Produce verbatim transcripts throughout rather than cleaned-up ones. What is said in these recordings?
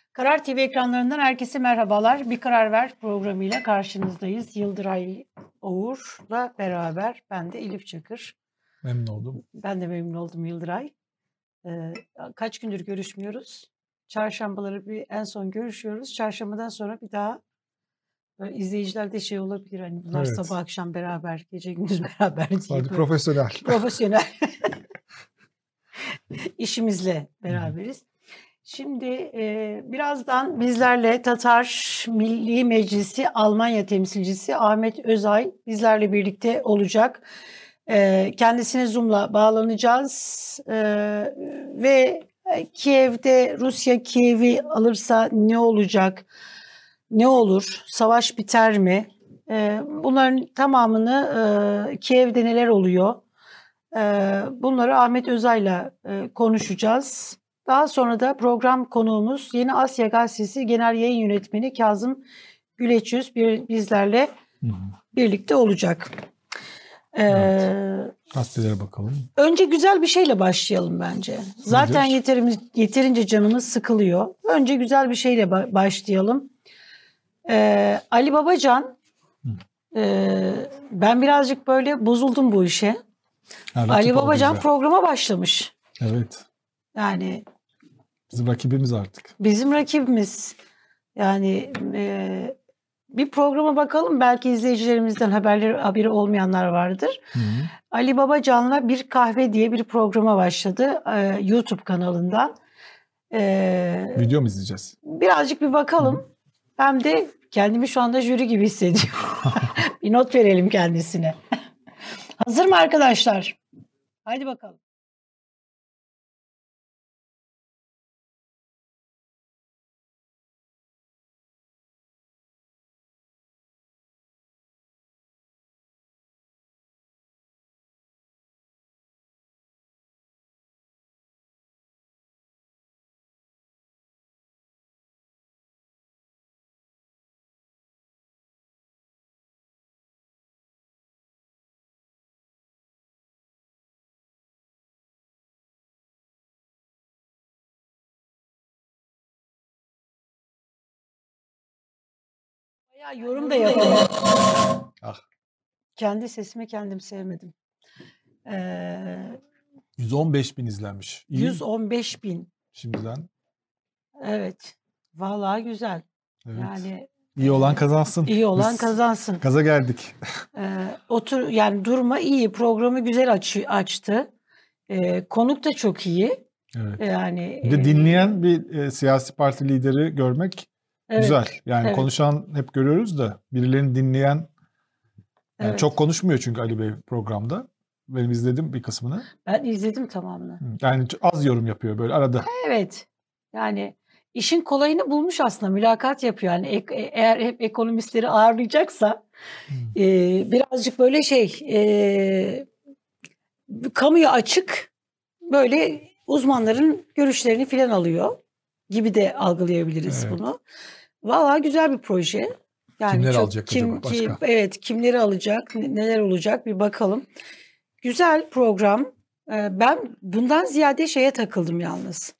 Karar T V ekranlarından herkese merhabalar. Bir Karar Ver programıyla karşınızdayız. Yıldıray Oğur'la beraber ben de Elif Çakır. Memnun oldum. Ben de memnun oldum Yıldıray. Ee, kaç gündür görüşmüyoruz. Çarşambaları bir en son görüşüyoruz. Çarşambadan sonra bir daha böyle izleyicilerde şey olabilir. Hani bunlar Evet. sabah akşam beraber, gece gündüz beraber diye. Sadece böyle profesyonel. Profesyonel işimizle beraberiz. Şimdi e, birazdan bizlerle Tatar Milli Meclisi Almanya temsilcisi Ahmet Özay bizlerle birlikte olacak. E, kendisine Zoom'la bağlanacağız e, ve Kiev'de Rusya Kiev'i alırsa ne olacak, ne olur, savaş biter mi? E, bunların tamamını e, Kiev'de neler oluyor? E, bunları Ahmet Özay'la e, konuşacağız. Daha sonra da program konuğumuz Yeni Asya Gazetesi Genel Yayın Yönetmeni Kazım Güleçüz bir, bizlerle Hı hı. birlikte olacak. Ee, Evet. Gazetelere bakalım. Önce güzel bir şeyle başlayalım bence. Zaten Nedir? yeterimiz, yeterince canımız sıkılıyor. Önce güzel bir şeyle ba- başlayalım. Ee, Ali Babacan, Hı. e, ben birazcık böyle bozuldum bu işe. Ha, rakip Ali oldu Babacan bize. programa başlamış. Evet. Yani Bizim rakibimiz artık. bizim rakibimiz. Yani e, bir programa bakalım. Belki izleyicilerimizden haberleri haberi olmayanlar vardır. Hı hı. Ali Babacan'la Bir Kahve diye bir programa başladı e, YouTube kanalından. E, Video mu izleyeceğiz? birazcık bir bakalım. Hı. Hem de kendimi şu anda jüri gibi hissediyorum. Bir not verelim kendisine. Hazır mı arkadaşlar? Haydi bakalım. Bayağı yorum da yapalım. Ah. Kendi sesimi kendim sevmedim. Ee, yüz on beş bin izlenmiş. İyi. yüz on beş bin. Şimdiden. Evet. Vallahi güzel. Evet. Yani İyi olan e, kazansın. iyi olan Biz kazansın. gaza geldik. Ee, otur yani durma iyi. Programı güzel aç, açtı. Ee, konuk da çok iyi. Evet. Yani Bir de e, dinleyen bir e, siyasi parti lideri görmek evet, güzel. Yani evet. konuşan hep görüyoruz da birilerini dinleyen, yani Evet. çok konuşmuyor çünkü Ali Bey programda. Benim izledim bir kısmını. Ben izledim tamamını. Yani az yorum yapıyor böyle arada. Evet. Yani işin kolayını bulmuş aslında. Mülakat yapıyor. Yani ek, eğer hep ekonomistleri ağırlayacaksa e, birazcık böyle şey e, kamuya açık böyle uzmanların görüşlerini filan alıyor gibi de algılayabiliriz Evet. bunu. Vallahi güzel bir proje. Yani Kimleri çok alacak kim acaba ki başka? evet kimleri alacak, n- neler olacak bir bakalım. Güzel program. Ee, ben bundan ziyade şeye takıldım yalnız.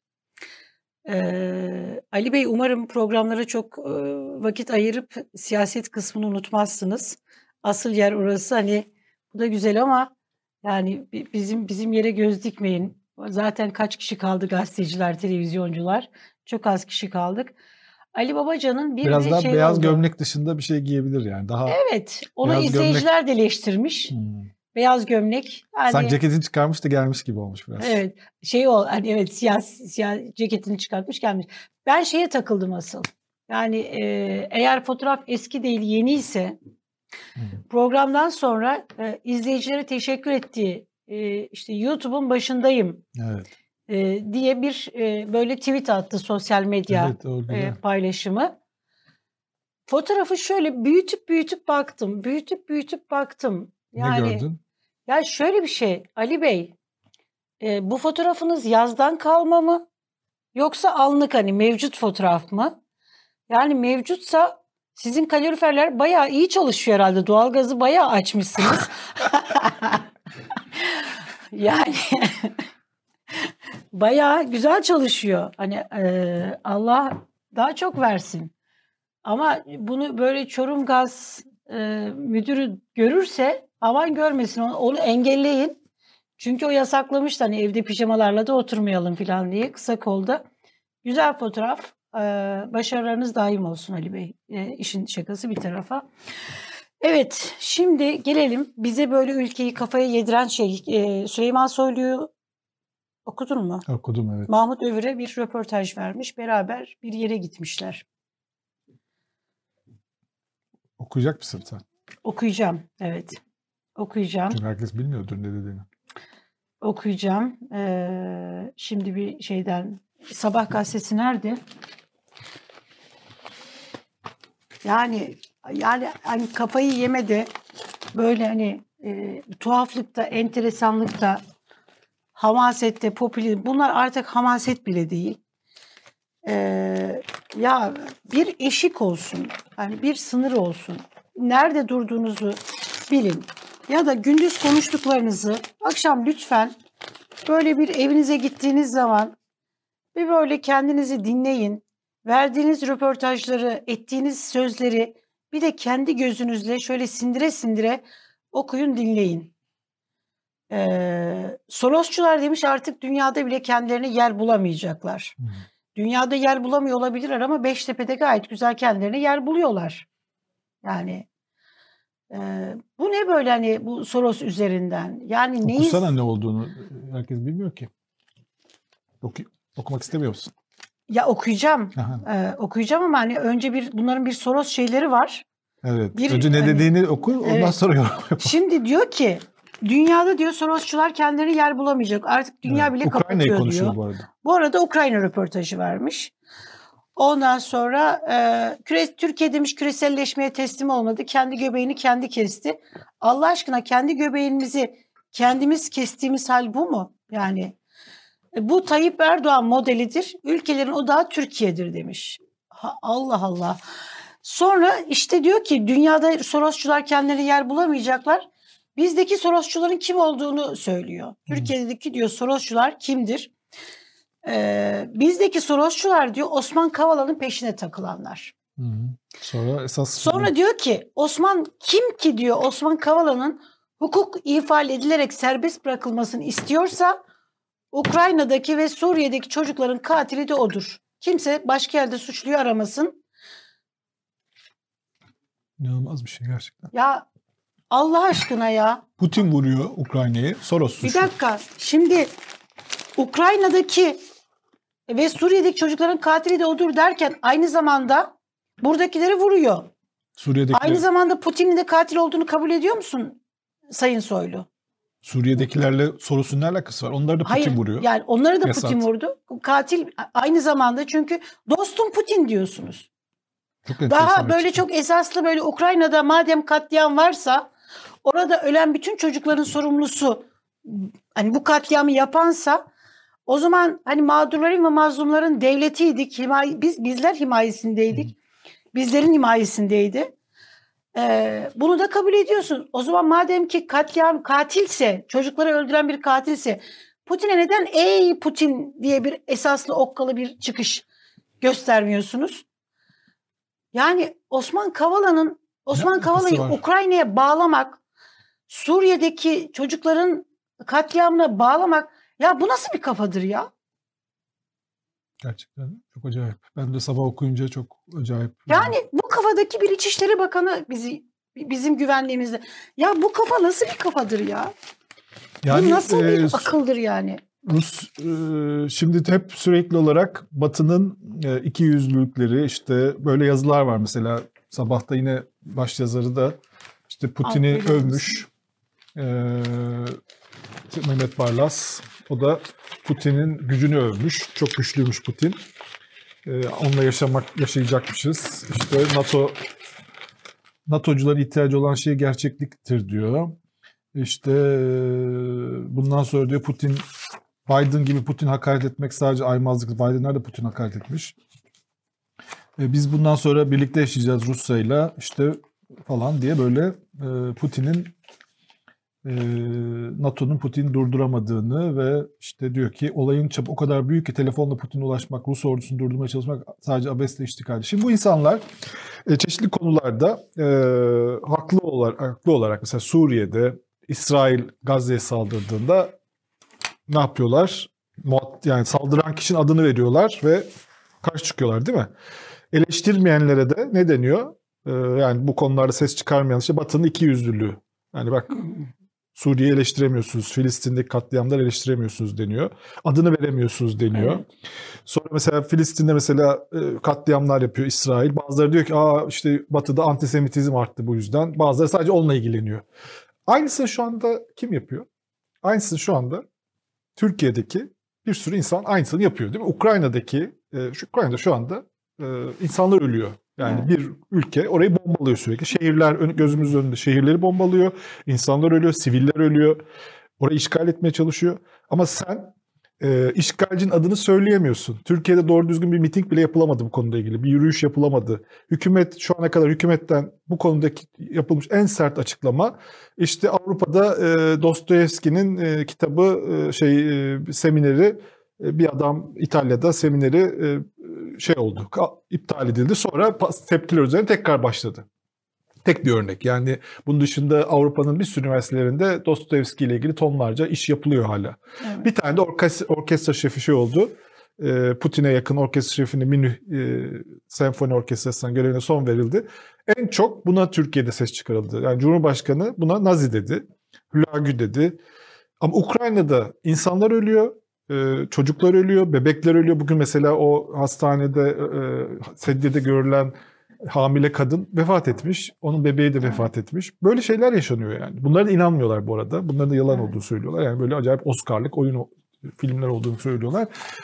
Ee, Ali Bey umarım programlara çok e, vakit ayırıp siyaset kısmını unutmazsınız. Asıl yer orası. Hani bu da güzel ama yani bi- bizim bizim yere göz dikmeyin. Zaten kaç kişi kaldı gazeteciler, televizyoncular? Çok az kişi kaldık. Ali Babacan'ın bir Biraz de daha şey beyaz oldu. gömlek dışında bir şey giyebilir yani. Daha Evet, onu beyaz gömlek. izleyiciler de eleştirmiş. Hmm. Beyaz gömlek. Sanki Hani ceketini çıkarmış da gelmiş gibi olmuş biraz. evet, şey o hani evet siyah siyah ceketini çıkartmış gelmiş. Ben şeye takıldım asıl. Yani e, eğer fotoğraf eski değil yeni ise Hmm. programdan sonra e, izleyicilere teşekkür ettiği e, işte YouTube'un başındayım Evet. e, diye bir e, böyle tweet attı sosyal medya Evet, o güzel. e, paylaşımı. Fotoğrafı şöyle büyütüp büyütüp baktım. Büyütüp büyütüp baktım. Ne Yani gördün? ya şöyle bir şey Ali Bey, e, bu fotoğrafınız yazdan kalma mı? Yoksa anlık hani mevcut fotoğraf mı? Yani mevcutsa sizin kaloriferler bayağı iyi çalışıyor herhalde. Doğalgazı bayağı açmışsınız. Yani bayağı güzel çalışıyor. Hani e, Allah Daha çok versin. Ama bunu böyle Çorum Gaz e, müdürü görürse aman görmesin, onu, onu engelleyin. Çünkü o yasaklamıştı hani evde pijamalarla da oturmayalım falan diye kısa kolda. Güzel fotoğraf. E, başarılarınız daim olsun Ali Bey. E, işin şakası bir tarafa. Evet, şimdi gelelim bize böyle ülkeyi kafaya yediren şey. E, Süleyman Soylu'yu okudun mu? Okudum, evet. Mahmut Övür'e bir röportaj vermiş. Beraber bir yere gitmişler. Okuyacak mısın sen? Okuyacağım, evet. Okuyacağım. Çünkü herkes bilmiyordur ne dediğini. Okuyacağım. Ee, şimdi bir şeyden, Sabah gazetesi nerede? Yani yani hani kafayı yemede böyle hani e, tuhaflıkta, enteresanlıkta, hamasette, popülizm, bunlar artık hamaset bile değil. Ee, ya bir eşik olsun, yani bir sınır olsun. Nerede durduğunuzu bilin. Ya da gündüz konuştuklarınızı akşam lütfen böyle bir evinize gittiğiniz zaman bir böyle kendinizi dinleyin. Verdiğiniz röportajları, ettiğiniz sözleri bir de kendi gözünüzle şöyle sindire sindire okuyun, dinleyin. Ee, Sorosçular demiş artık dünyada bile kendilerine yer bulamayacaklar. Hmm. Dünyada yer bulamıyor olabilirler ama Beştepe'de gayet güzel kendilerine yer buluyorlar. Yani e, bu ne böyle hani bu Soros üzerinden? Yani neyi... Okusana ne olduğunu herkes bilmiyor ki. Oku, okumak istemiyor musun? Ya okuyacağım. Ee, okuyacağım ama hani önce bir bunların bir Soros şeyleri var. Evet. Bir, önce ne hani, dediğini oku, ondan evet. sonra yorum yap. Şimdi diyor ki dünyada diyor Sorosçular kendilerine yer bulamayacak. Artık dünya evet. bile Ukrayna'yı kapatıyor konuşuyor diyor. Bu arada. Bu arada Ukrayna röportajı vermiş. Ondan sonra e, küre, Türkiye demiş küreselleşmeye teslim olmadı. Kendi göbeğini kendi kesti. Allah aşkına kendi göbeğimizi kendimiz kestiğimiz hal bu mu? Yani e, bu Tayyip Erdoğan modelidir. Ülkelerin odağı Türkiye'dir demiş. Ha, Allah Allah. Sonra işte diyor ki dünyada Sorosçular kendilerine yer bulamayacaklar. Bizdeki Sorosçuların kim olduğunu söylüyor. Hmm. Türkiye'deki diyor Sorosçular kimdir? Ee, bizdeki Sorosçular diyor Osman Kavala'nın peşine takılanlar. Hı hı. Sonra esas Sonra diyor ki Osman kim ki diyor Osman Kavala'nın hukuk ifade edilerek serbest bırakılmasını istiyorsa Ukrayna'daki ve Suriye'deki çocukların katili de odur. Kimse başka yerde suçluyu aramasın. İnanılmaz bir şey gerçekten. Ya Allah aşkına ya. Putin vuruyor Ukrayna'yı, Soros suçlu. Bir dakika. Şimdi Ukrayna'daki ve Suriye'deki çocukların katili de odur derken aynı zamanda buradakileri vuruyor. Suriye'dekiler... Aynı zamanda Putin'in de katil olduğunu kabul ediyor musun Sayın Soylu? Suriye'dekilerle Soros'un ne alakası var? Onları da Putin Hayır, vuruyor. Yani onları da Esad. Putin vurdu. Katil aynı zamanda çünkü dostum Putin diyorsunuz. Çok Daha böyle çok esaslı böyle Ukrayna'da madem katliam varsa orada ölen bütün çocukların sorumlusu hani bu katliamı yapansa o zaman hani mağdurların ve mazlumların devletiydik. Himaye, biz bizler himayesindeydik. Bizlerin himayesindeydi. Ee, bunu da kabul ediyorsun. O zaman madem ki katliam katilse, çocukları öldüren bir katilse Putin'e neden ey Putin diye bir esaslı okkalı bir çıkış göstermiyorsunuz? Yani Osman Kavala'nın Osman Kavala'yı Ukrayna'ya bağlamak, Suriye'deki çocukların katliamına bağlamak ya bu nasıl bir kafadır ya? Gerçekten çok acayip. Ben de sabah okuyunca çok acayip. Yani bu kafadaki bir İçişleri Bakanı bizi bizim güvenliğimizde. Ya bu kafa nasıl bir kafadır ya? Yani, bu nasıl e, bir akıldır yani? Rus e, şimdi hep sürekli olarak Batı'nın e, iki yüzlülükleri işte böyle yazılar var mesela. Sabahta yine başyazarı da işte Putin'i övmüş. E, Mehmet Barlas. O da Putin'in gücünü övmüş. Çok güçlüymüş Putin. Ee, onunla yaşamak yaşayacakmışız. İşte NATO NATO'cuların ihtiyacı olan şey gerçekliktir diyor. İşte bundan sonra diyor Putin Biden gibi Putin hakaret etmek sadece aymazlık. Biden nerede Putin hakaret etmiş? Ee, biz bundan sonra birlikte yaşayacağız Rusya'yla işte falan diye böyle e, Putin'in NATO'nun Putin'i durduramadığını ve işte diyor ki olayın çapı o kadar büyük ki telefonla Putin'e ulaşmak, Rus ordusunu durdurmaya çalışmak sadece abesle iştikal. Şimdi bu insanlar çeşitli konularda e, haklı olarak, haklı olarak mesela Suriye'de İsrail Gazze'ye saldırdığında ne yapıyorlar? Yani saldıran kişinin adını veriyorlar ve karşı çıkıyorlar değil mi? Eleştirmeyenlere de ne deniyor? Ee, yani bu konularda ses çıkarmayan işte Batı'nın ikiyüzlülüğü. Yani bak Suriye'yi eleştiremiyorsunuz, Filistin'deki katliamları eleştiremiyorsunuz deniyor. Adını veremiyorsunuz deniyor. Evet. Sonra mesela Filistin'de mesela katliamlar yapıyor İsrail. Bazıları diyor ki aa işte Batı'da antisemitizm arttı bu yüzden. Bazıları sadece onunla ilgileniyor. Aynısını şu anda kim yapıyor? Aynısını şu anda Türkiye'deki bir sürü insan aynısını yapıyor değil mi? Ukrayna'daki, şu Ukrayna'da şu anda insanlar ölüyor. Yani evet. Bir ülke orayı bombalıyor sürekli. Şehirler gözümüzün önünde şehirleri bombalıyor. İnsanlar ölüyor, siviller ölüyor. Orayı işgal etmeye çalışıyor. Ama sen e, işgalcinin adını söyleyemiyorsun. Türkiye'de doğru düzgün bir miting bile yapılamadı bu konuda ilgili. Bir yürüyüş yapılamadı. Hükümet şu ana kadar hükümetten bu konudaki yapılmış en sert açıklama işte Avrupa'da e, Dostoyevski'nin e, kitabı e, şey e, semineri bir adam İtalya'da semineri şey oldu, iptal edildi. Sonra tepkiler üzerine tekrar başladı. Tek bir örnek. Yani bunun dışında Avrupa'nın bir sürü üniversitelerinde Dostoyevski ile ilgili tonlarca iş yapılıyor hala. Evet. Bir tane de orkestra, orkestra şefi şey oldu. Putin'e yakın orkestra şefinin Münih Senfoni Orkestrası'nın görevine son verildi. En çok buna Türkiye'de ses çıkarıldı. Yani Cumhurbaşkanı buna Nazi dedi, Hülagü dedi. Ama Ukrayna'da insanlar ölüyor. Ee, çocuklar ölüyor, bebekler ölüyor. Bugün mesela o hastanede, e, sedyede görülen hamile kadın vefat etmiş. Onun bebeği de vefat etmiş. Böyle şeyler yaşanıyor yani. Bunlara da inanmıyorlar bu arada. Bunların da yalan olduğunu söylüyorlar. Yani böyle acayip Oscar'lık oyun filmler olduğunu söylüyorlar.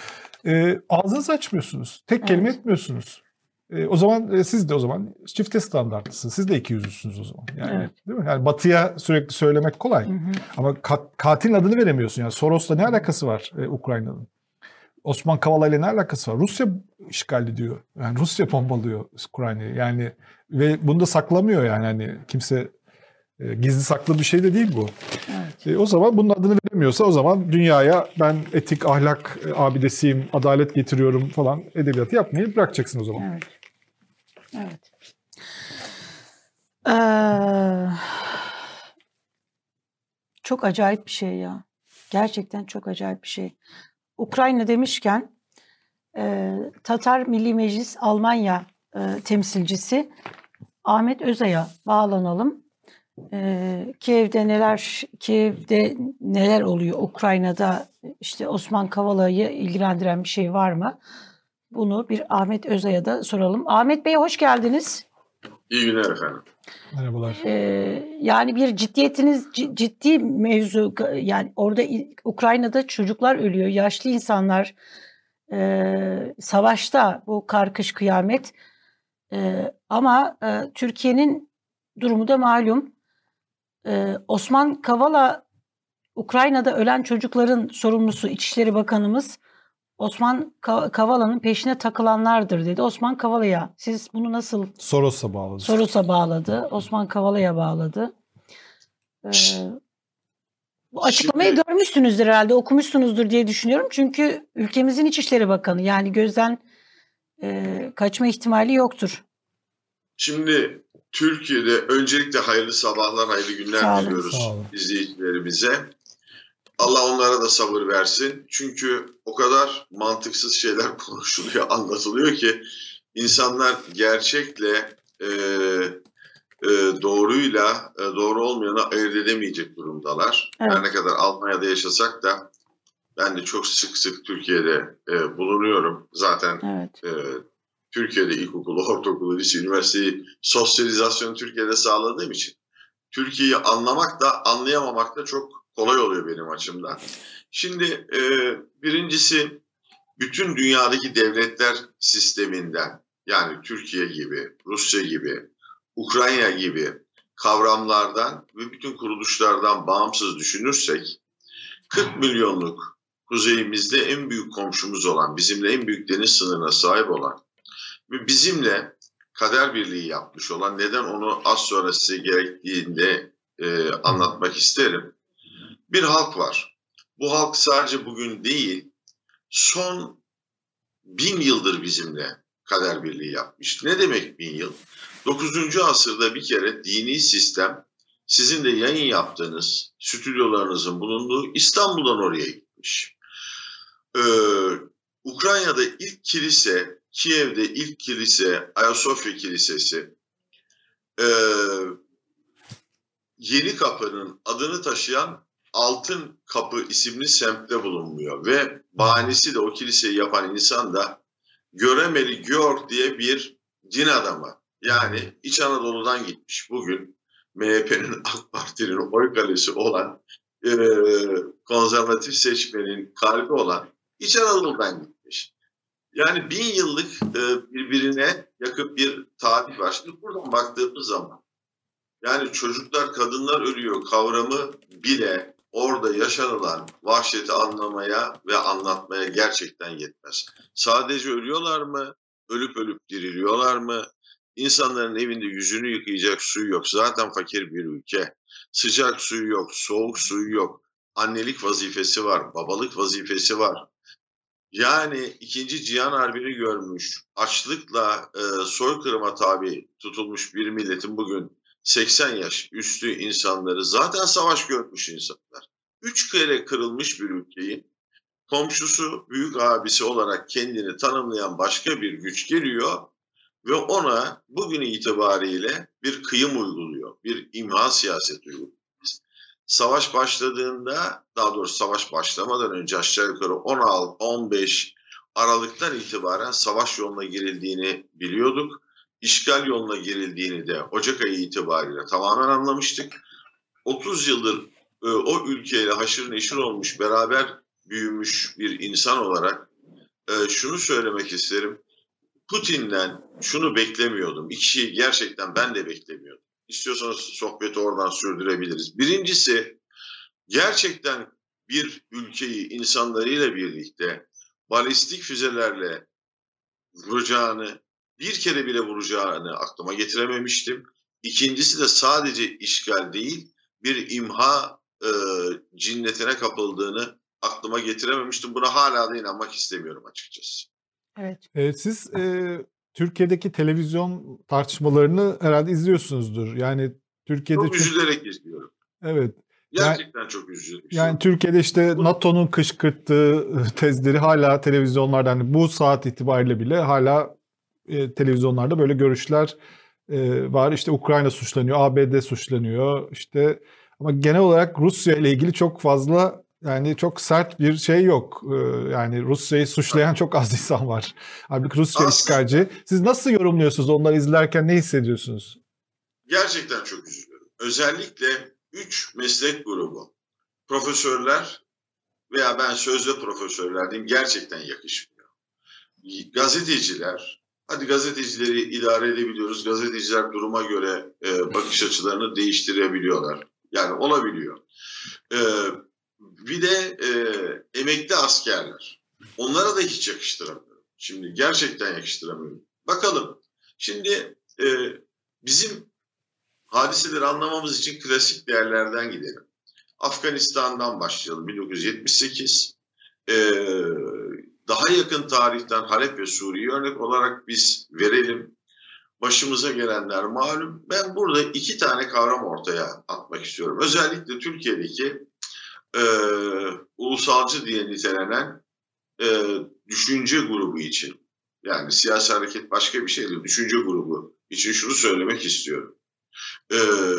Ee, ağzınızı açmıyorsunuz. Tek kelime evet. etmiyorsunuz. E, o zaman e, siz de o zaman çifte standartlısınız. Siz de ikiyüzlüsünüz o zaman. Yani, evet. Değil mi? Yani Batı'ya sürekli söylemek kolay. Hı hı. Ama kat, katilin adını veremiyorsun. Yani Soros'la ne alakası var e, Ukrayna'nın? Osman Kavala ile ne alakası var? Rusya işgal ediyor. Yani Rusya bombalıyor Ukrayna'yı. Yani ve bunu da saklamıyor yani. Hani kimse e, gizli saklı bir şey de değil bu. Evet. E, o zaman bunun adını veremiyorsa o zaman dünyaya ben etik, ahlak e, abidesiyim, adalet getiriyorum falan edebiyatı yapmayı bırakacaksın o zaman. Evet. Evet. Ee, çok acayip bir şey ya. Gerçekten çok acayip bir şey. Ukrayna demişken e, Tatar Milli Meclis Almanya e, temsilcisi Ahmet Özay'a bağlanalım. E, Kiev'de neler Kiev'de neler oluyor? Ukrayna'da işte Osman Kavala'yı ilgilendiren bir şey var mı? Bunu bir Ahmet Özay'a da soralım. Ahmet Bey hoş geldiniz. İyi günler efendim. Merhabalar. Ee, yani bir ciddiyetiniz ciddi mevzu. Yani orada Ukrayna'da çocuklar ölüyor, yaşlı insanlar e, savaşta bu karkış kıyamet. E, ama e, Türkiye'nin durumu da malum. E, Osman Kavala Ukrayna'da ölen çocukların sorumlusu İçişleri Bakanımız. Osman Kavala'nın peşine takılanlardır dedi. Osman Kavala'ya siz bunu nasıl... Soros'a bağladı. Soros'a bağladı. Osman Kavala'ya bağladı. Ee, bu açıklamayı Şimdi... görmüşsünüzdür herhalde, okumuşsunuzdur diye düşünüyorum. Çünkü ülkemizin İçişleri Bakanı yani gözden e, kaçma ihtimali yoktur. Şimdi Türkiye'de öncelikle hayırlı sabahlar, hayırlı günler diliyoruz izleyicilerimize. Allah onlara da sabır versin. Çünkü o kadar mantıksız şeyler konuşuluyor, anlatılıyor ki insanlar gerçekle e, e, doğruyla e, doğru olmayanı ayırt edemeyecek durumdalar. Evet. Her ne kadar Almanya'da yaşasak da ben de çok sık sık Türkiye'de e, bulunuyorum. Zaten evet. e, Türkiye'de ilkokulu, ortaokulu, lise, üniversiteyi sosyalizasyon Türkiye'de sağladığım için Türkiye'yi anlamak da anlayamamak da çok kolay oluyor benim açımdan. Şimdi e, birincisi bütün dünyadaki devletler sisteminden yani Türkiye gibi, Rusya gibi, Ukrayna gibi kavramlardan ve bütün kuruluşlardan bağımsız düşünürsek kırk milyonluk kuzeyimizde en büyük komşumuz olan, bizimle en büyük deniz sınırına sahip olan ve bizimle kader birliği yapmış olan, neden onu az sonra size gerektiğinde e, anlatmak isterim. Bir halk var. Bu halk sadece bugün değil, son bin yıldır bizimle kader birliği yapmış. Ne demek bin yıl? dokuzuncu asırda bir kere dini sistem, sizin de yayın yaptığınız, stüdyolarınızın bulunduğu İstanbul'dan oraya gitmiş. Ee, Ukrayna'da ilk kilise, Kiev'de ilk kilise, Ayasofya Kilisesi, e, Yeni Kapı'nın adını taşıyan Altın Kapı isimli semtte bulunmuyor. Ve bahanesi de o kiliseyi yapan insan da Göremeli Georg diye bir din adamı. Yani İç Anadolu'dan gitmiş. Bugün M H P'nin, AK Parti'nin oy kalesi olan, e, konservatif seçmenin kalbi olan İç Anadolu'dan gitmiş. Yani bin yıllık e, birbirine yakın bir tarih var. Şimdi buradan baktığımız zaman yani çocuklar, kadınlar ölüyor kavramı bile orada yaşanılan vahşeti anlamaya ve anlatmaya gerçekten yetmez. Sadece ölüyorlar mı? Ölüp ölüp diriliyorlar mı? İnsanların evinde yüzünü yıkayacak suyu yok. Zaten fakir bir ülke. Sıcak suyu yok, soğuk suyu yok. Annelik vazifesi var, babalık vazifesi var. Yani ikinci Cihan Harbi'ni görmüş, açlıkla e, soykırıma tabi tutulmuş bir milletin bugün seksen yaş üstü insanları, zaten savaş görmüş insanlar. Üç kere kırılmış bir ülkeyi komşusu, büyük abisi olarak kendini tanımlayan başka bir güç geliyor ve ona bugün itibariyle bir kıyım uyguluyor, bir imha siyaseti uyguluyor. Savaş başladığında, daha doğrusu savaş başlamadan önce aşağı yukarı on altı on beş Aralık'tan itibaren savaş yoluna girildiğini biliyorduk. İşgal yoluna girildiğini de Ocak ayı itibariyle tamamen anlamıştık. otuz yıldır e, o ülkeyle haşır neşir olmuş, beraber büyümüş bir insan olarak e, şunu söylemek isterim. Putin'den şunu beklemiyordum. İki şeyi gerçekten ben de beklemiyordum. İstiyorsanız sohbeti oradan sürdürebiliriz. Birincisi, gerçekten bir ülkeyi insanlarıyla birlikte balistik füzelerle vuracağını, bir kere bile vuracağını aklıma getirememiştim. İkincisi de sadece işgal değil, bir imha e, cinnetine kapıldığını aklıma getirememiştim. Buna hala da inanmak istemiyorum açıkçası. Evet. Ee, siz e, Türkiye'deki televizyon tartışmalarını herhalde izliyorsunuzdur. Yani Türkiye'de çok üzülerek izliyorum. Evet. Gerçekten yani, çok üzülerek. Yani Türkiye'de işte NATO'nun kışkırttığı tezleri hala televizyonlarda, hani bu saat itibariyle bile hala e, televizyonlarda böyle görüşler e, var. İşte Ukrayna suçlanıyor, A B D suçlanıyor. İşte ama genel olarak Rusya ile ilgili çok fazla, yani çok sert bir şey yok. Ee, yani Rusya'yı suçlayan çok az insan var. Halbuki Rusya işgalci. Siz nasıl yorumluyorsunuz? Onları izlerken ne hissediyorsunuz? Gerçekten çok üzülüyorum. Özellikle üç meslek grubu, profesörler veya ben sözde profesörler diyeyim, gerçekten yakışmıyor. Gazeteciler, hadi gazetecileri idare edebiliyoruz. Gazeteciler duruma göre e, bakış açılarını değiştirebiliyorlar. Yani olabiliyor. E, bir de e, emekli askerler. Onlara da hiç yakıştıramıyorum. Şimdi gerçekten yakıştıramıyorum. Bakalım. Şimdi e, bizim hadiseleri anlamamız için klasik değerlerden gidelim. Afganistan'dan başlayalım. bin dokuz yüz yetmiş sekiz. Ee, daha yakın tarihten Halep ve Suriye örnek olarak biz verelim. Başımıza gelenler malum. Ben burada iki tane kavram ortaya atmak istiyorum. Özellikle Türkiye'deki e, ulusalcı diye nitelenen e, düşünce grubu için. Yani siyasi hareket başka bir şey değil. Düşünce grubu için şunu söylemek istiyorum. Ee,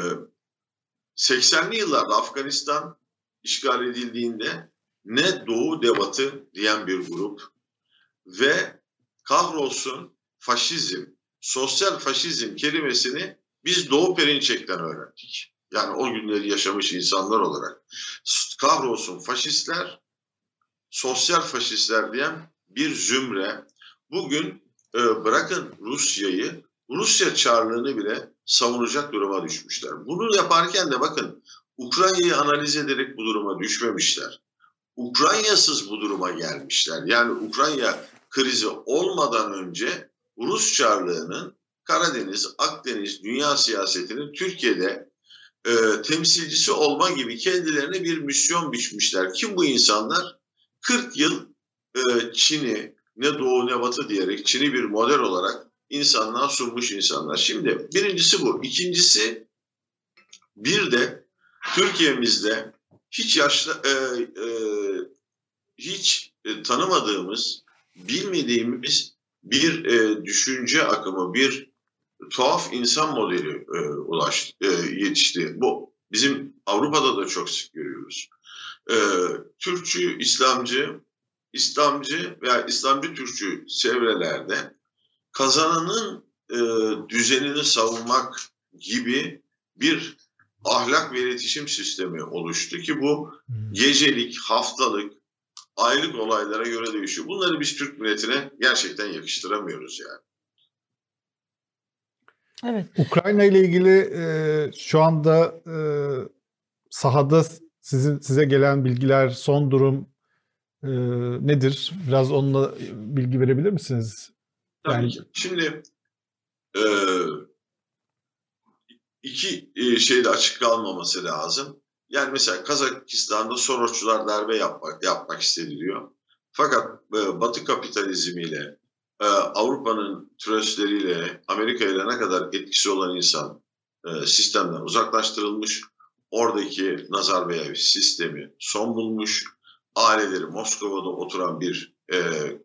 seksenli yıllarda Afganistan işgal edildiğinde ne Doğu ne Batı diyen bir grup ve kahrolsun faşizm, sosyal faşizm kelimesini biz Doğu Perinçek'ten öğrendik. Yani o günleri yaşamış insanlar olarak. Kahrolsun faşistler, sosyal faşistler diyen bir zümre bugün e, bırakın Rusya'yı, Rusya çarlığını bile savunacak duruma düşmüşler. Bunu yaparken de bakın Ukrayna'yı analiz ederek bu duruma düşmemişler. Ukraynasız bu duruma gelmişler. Yani Ukrayna krizi olmadan önce Rus çarlığının Karadeniz, Akdeniz, dünya siyasetinin Türkiye'de e, temsilcisi olma gibi kendilerine bir misyon biçmişler. Kim bu insanlar? kırk yıl e, Çin'i ne doğu ne batı diyerek Çin'i bir model olarak insanlığa sunmuş insanlar. Şimdi birincisi bu. İkincisi bir de Türkiye'mizde hiç yaşlı e, e, hiç e, tanımadığımız, bilmediğimiz bir e, düşünce akımı, bir tuhaf insan modeli e, ulaştı, e, yetişti. Bu bizim Avrupa'da da çok sık görüyoruz. E, Türkçü, İslamcı, İslamcı veya İslamcı Türkçü çevrelerde kazananın e, düzenini savunmak gibi bir ahlak ve iletişim sistemi oluştu ki bu gecelik, haftalık, aylık olaylara göre değişiyor. Bunları biz Türk milletine gerçekten yakıştıramıyoruz yani. Evet. Ukrayna ile ilgili e, şu anda e, sahada sizin size gelen bilgiler, son durum e, nedir? Biraz onunla bilgi verebilir misiniz? Tabii Yani... ki. Şimdi e, iki e, şeyde açık kalmaması lazım. Yani mesela Kazakistan'da Sorosçular darbe yapmak, yapmak istediliyor. Fakat e, Batı kapitalizmiyle, e, Avrupa'nın türestleriyle, Amerika ile ne kadar etkisi olan insan e, sistemden uzaklaştırılmış. Oradaki Nazarbayev sistemi son bulmuş. Aileleri Moskova'da oturan bir e,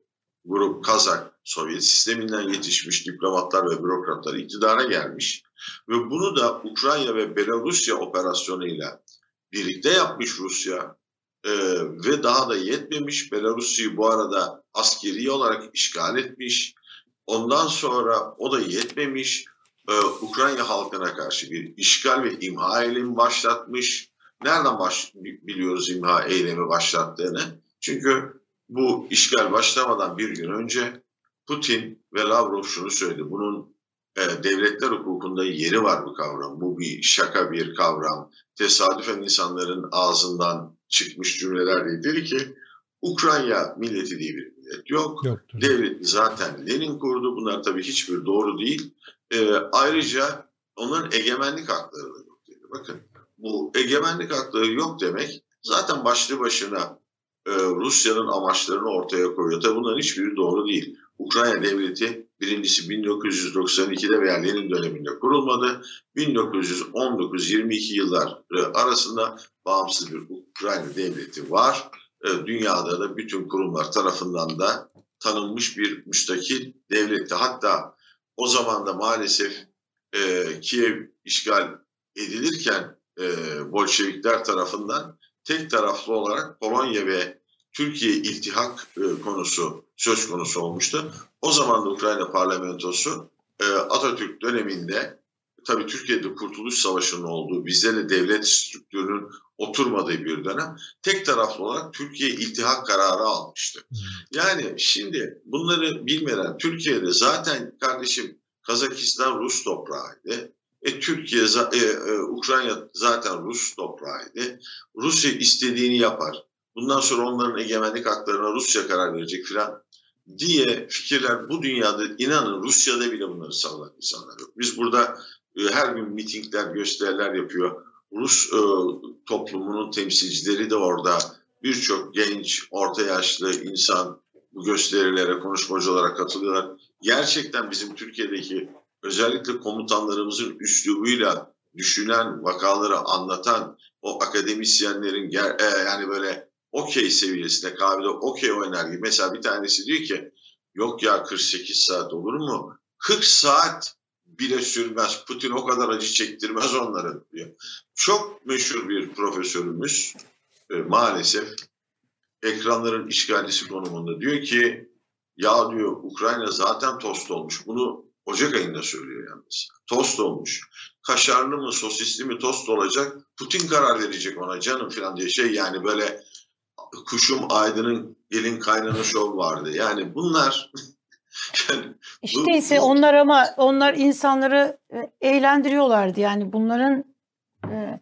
grup Kazak Sovyet sisteminden yetişmiş diplomatlar ve bürokratlar iktidara gelmiş. Ve bunu da Ukrayna ve Belarusya operasyonuyla birlikte yapmış Rusya ee, ve daha da yetmemiş. Belarusya'yı bu arada askeri olarak işgal etmiş. Ondan sonra o da yetmemiş. Ee, Ukrayna halkına karşı bir işgal ve imha eylemi başlatmış. Nereden baş, biliyoruz imha eylemi başlattığını? Çünkü bu işgal başlamadan bir gün önce Putin ve Lavrov şunu söyledi. Bunun e, devletler hukukunda yeri var bu kavram. Bu bir şaka bir kavram. Tesadüfen insanların ağzından çıkmış cümleler değil. Dedi ki Ukrayna milleti diye bir millet yok. Yoktur. Devleti zaten Lenin kurdu. Bunlar tabii hiçbir doğru değil. E, ayrıca onların egemenlik hakları da yok dedi. Bakın bu egemenlik hakları yok demek zaten başlı başına e, Rusya'nın amaçlarını ortaya koyuyor. Tabii bunların hiçbiri doğru değil. Ukrayna devleti birincisi bin dokuz yüz doksan ikide veya Lenin döneminde kurulmadı. bin dokuz yüz on dokuz yirmi iki yıllar arasında bağımsız bir Ukrayna devleti var. Dünyada da bütün kurumlar tarafından da tanınmış bir müstakil devletti. Hatta o zaman da maalesef e, Kiev işgal edilirken e, Bolşevikler tarafından tek taraflı olarak Polonya ve Türkiye iltihak e, konusu söz konusu olmuştu. O zaman da Ukrayna parlamentosu e, Atatürk döneminde tabii Türkiye'de Kurtuluş Savaşı'nın olduğu, bizde de devlet strüktürünün oturmadığı bir dönem tek taraflı olarak Türkiye iltihak kararı almıştı. Yani şimdi bunları bilmeden Türkiye'de zaten kardeşim Kazakistan Rus toprağıydı. E, Türkiye, e, e, Ukrayna zaten Rus toprağıydı. Rusya istediğini yapar. Bundan sonra onların egemenlik haklarına Rusya karar verecek filan diye fikirler bu dünyada, inanın Rusya'da bile bunları savunan insanlar yok. Biz burada e, her gün mitingler, gösteriler yapıyor. Rus e, toplumunun temsilcileri de orada. Birçok genç, orta yaşlı insan bu gösterilere konuşmacı olarak katılıyorlar. Gerçekten bizim Türkiye'deki özellikle komutanlarımızın üslubuyla düşünen, vakaları anlatan o akademisyenlerin e, yani böyle okey seviyesinde, kahvede okey oynar gibi. Mesela bir tanesi diyor ki yok ya kırk sekiz saat olur mu? kırk saat bile sürmez. Putin o kadar acı çektirmez onların diyor. Çok meşhur bir profesörümüz e, maalesef ekranların işgalcisi konumunda diyor ki ya diyor Ukrayna zaten tost olmuş. Bunu Ocak ayında söylüyor yalnız. Tost olmuş. Kaşarlı mı sosisli mi tost olacak? Putin karar verecek ona canım falan diye şey yani böyle kuşum aydının gelin kaynana şov vardı. Yani bunlar yani İşte bu, ise bu... onlar ama onlar insanları eğlendiriyorlardı. Yani bunların e,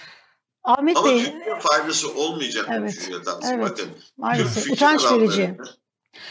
Ahmet ama Bey... Türkiye faydası olmayacak. Evet, evet bakın, maalesef utanç verici.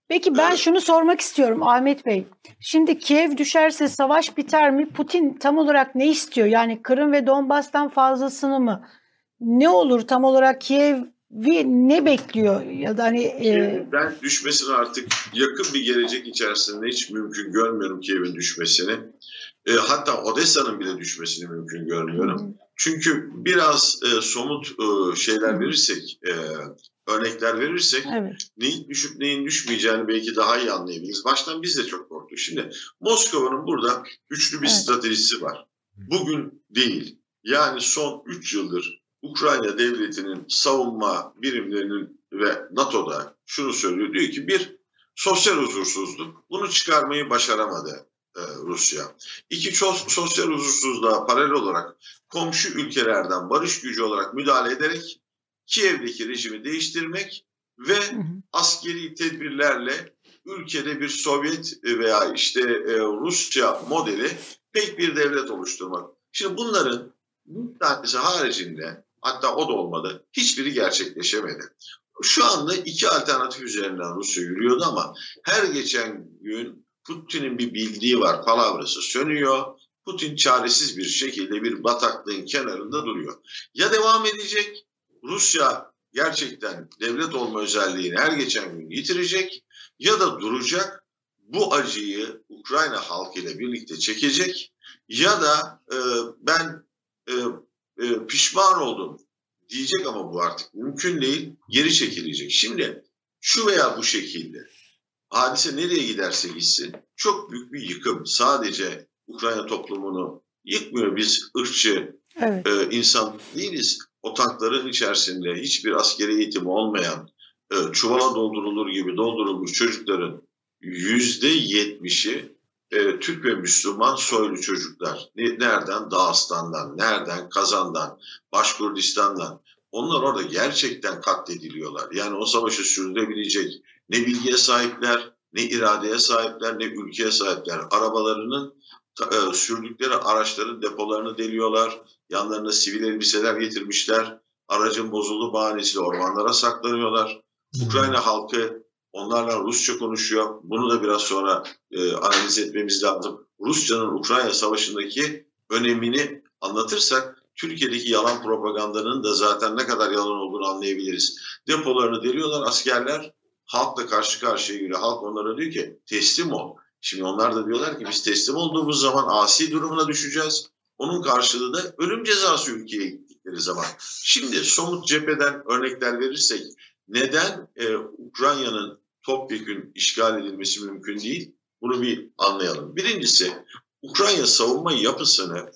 Peki ben şunu sormak istiyorum Ahmet Bey. Şimdi Kiev düşerse savaş biter mi? Putin tam olarak ne istiyor? Yani Kırım ve Donbas'tan fazlasını mı? Ne olur tam olarak Kiev'i ne bekliyor? Ya da hani e... ben düşmesini artık yakın bir gelecek içerisinde hiç mümkün görmüyorum Kiev'in düşmesini. E, hatta Odessa'nın bile düşmesini mümkün görmüyorum. Hı. Çünkü biraz e, somut e, şeyler verirsek, e, örnekler verirsek evet. neyin düşüp neyin düşmeyeceğini belki daha iyi anlayabiliriz. Baştan biz de çok korktuk. Şimdi Moskova'nın burada güçlü bir evet. stratejisi var. Bugün değil. Yani son üç yıldır Ukrayna devletinin savunma birimlerinin ve NATO'da şunu söylüyor. Diyor ki bir, sosyal huzursuzluk. Bunu çıkarmayı başaramadı e, Rusya. İki, sosyal huzursuzluğa paralel olarak komşu ülkelerden barış gücü olarak müdahale ederek Kiev'deki rejimi değiştirmek ve hı hı. askeri tedbirlerle ülkede bir Sovyet veya işte e, Rusya modeli pek bir devlet oluşturmak. Şimdi bunların bir tanesi haricinde, hatta o da olmadı, hiçbiri gerçekleşemedi. Şu anda iki alternatif üzerinden Rusya yürüyordu ama her geçen gün Putin'in bir bildiği var, palavrası sönüyor. Putin çaresiz bir şekilde bir bataklığın kenarında duruyor. Ya devam edecek, Rusya gerçekten devlet olma özelliğini her geçen gün yitirecek ya da duracak, bu acıyı Ukrayna halkıyla birlikte çekecek ya da e, ben e, e, pişman oldum diyecek ama bu artık mümkün değil, geri çekilecek. Şimdi şu veya bu şekilde hadise nereye giderse gitsin çok büyük bir yıkım. Sadece Ukrayna toplumunu yıkmıyor, biz ırkçı evet. e, insan değiliz. O tankların içerisinde hiçbir askeri eğitimi olmayan, e, çuvala doldurulur gibi doldurulmuş çocukların yüzde yetmişi e, Türk ve Müslüman soylu çocuklar. Nereden? Dağıstan'dan, nereden? Kazan'dan, Başkurdistan'dan. Onlar orada gerçekten katlediliyorlar. Yani o savaşı sürdürebilecek ne bilgiye sahipler, ne iradeye sahipler, ne ülkeye sahipler. Arabalarının e, sürdükleri araçların depolarını deliyorlar. Yanlarına sivil elbiseler getirmişler. Aracın bozulduğu bahanesiyle ormanlara saklanıyorlar. Hmm. Ukrayna halkı onlarla Rusça konuşuyor. Bunu da biraz sonra e, analiz etmemiz lazım. Rusya'nın Ukrayna Savaşı'ndaki önemini anlatırsak Türkiye'deki yalan propagandanın da zaten ne kadar yalan olduğunu anlayabiliriz. Depolarını deliyorlar askerler. Halkla karşı karşıya geliyor. Halk onlara diyor ki teslim ol. Şimdi onlar da diyorlar ki biz teslim olduğumuz zaman asi durumuna düşeceğiz. Onun karşılığı da ölüm cezası ülkeye gittikleri zaman. Şimdi somut cepheden örnekler verirsek neden e, Ukrayna'nın topyekün işgal edilmesi mümkün değil? Bunu bir anlayalım. Birincisi Ukrayna savunma yapısını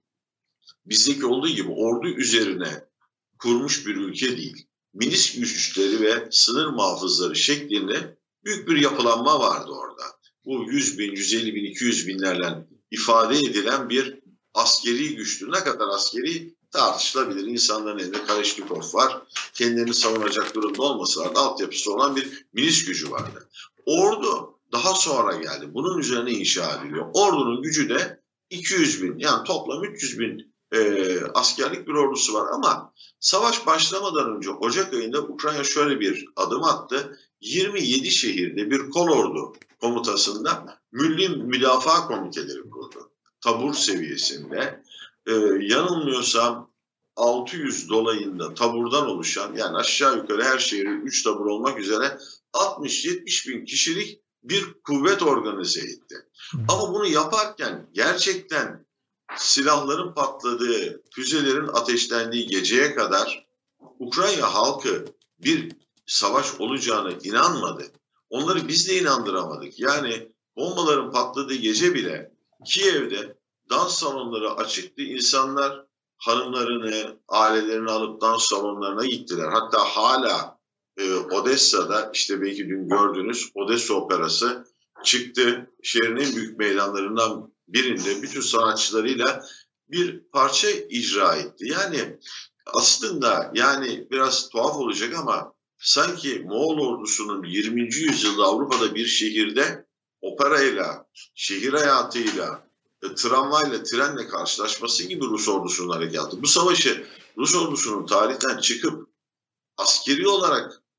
bizdeki olduğu gibi ordu üzerine kurmuş bir ülke değil. Milis güçleri ve sınır muhafızları şeklinde büyük bir yapılanma vardı orada. Bu yüz bin, yüz elli bin, iki yüz binlerle ifade edilen bir askeri güçtür. Ne kadar askeri tartışılabilir. İnsanların elinde Kaleşnikov var. Kendilerini savunacak durumda olmasalar da altyapısı olan bir milis gücü vardı. Ordu daha sonra geldi. Bunun üzerine inşa ediliyor. Ordunun gücü de iki yüz bin, yani toplam üç yüz bin e, askerlik bir ordusu var. Ama savaş başlamadan önce Ocak ayında Ukrayna şöyle bir adım attı. yirmi yedi şehirde bir kolordu komutasında Milli Müdafaa Komiteleri kurdu. Tabur seviyesinde. Ee, yanılmıyorsam altı yüz dolayında taburdan oluşan, yani aşağı yukarı her şehrin üç tabur olmak üzere altmış yetmiş bin kişilik bir kuvvet organize etti. Ama bunu yaparken gerçekten silahların patladığı, füzelerin ateşlendiği geceye kadar Ukrayna halkı bir savaş olacağına inanmadı. Onları biz de inandıramadık. Yani bombaların patladığı gece bile Kiev'de dans salonları açıktı. İnsanlar hanımlarını, ailelerini alıp dans salonlarına gittiler. Hatta hala e, Odessa'da, işte belki dün gördünüz, Odessa Operası çıktı. Şehrin en büyük meydanlarından birinde bütün sanatçılarıyla bir parça icra etti. Yani aslında yani biraz tuhaf olacak ama sanki Moğol ordusunun yirminci yüzyılda Avrupa'da bir şehirde operayla, şehir hayatıyla, tramvayla, trenle karşılaşması gibi Rus ordusunun harekatı. Bu savaşı Rus ordusunun tarihten çıkıp askeri olarak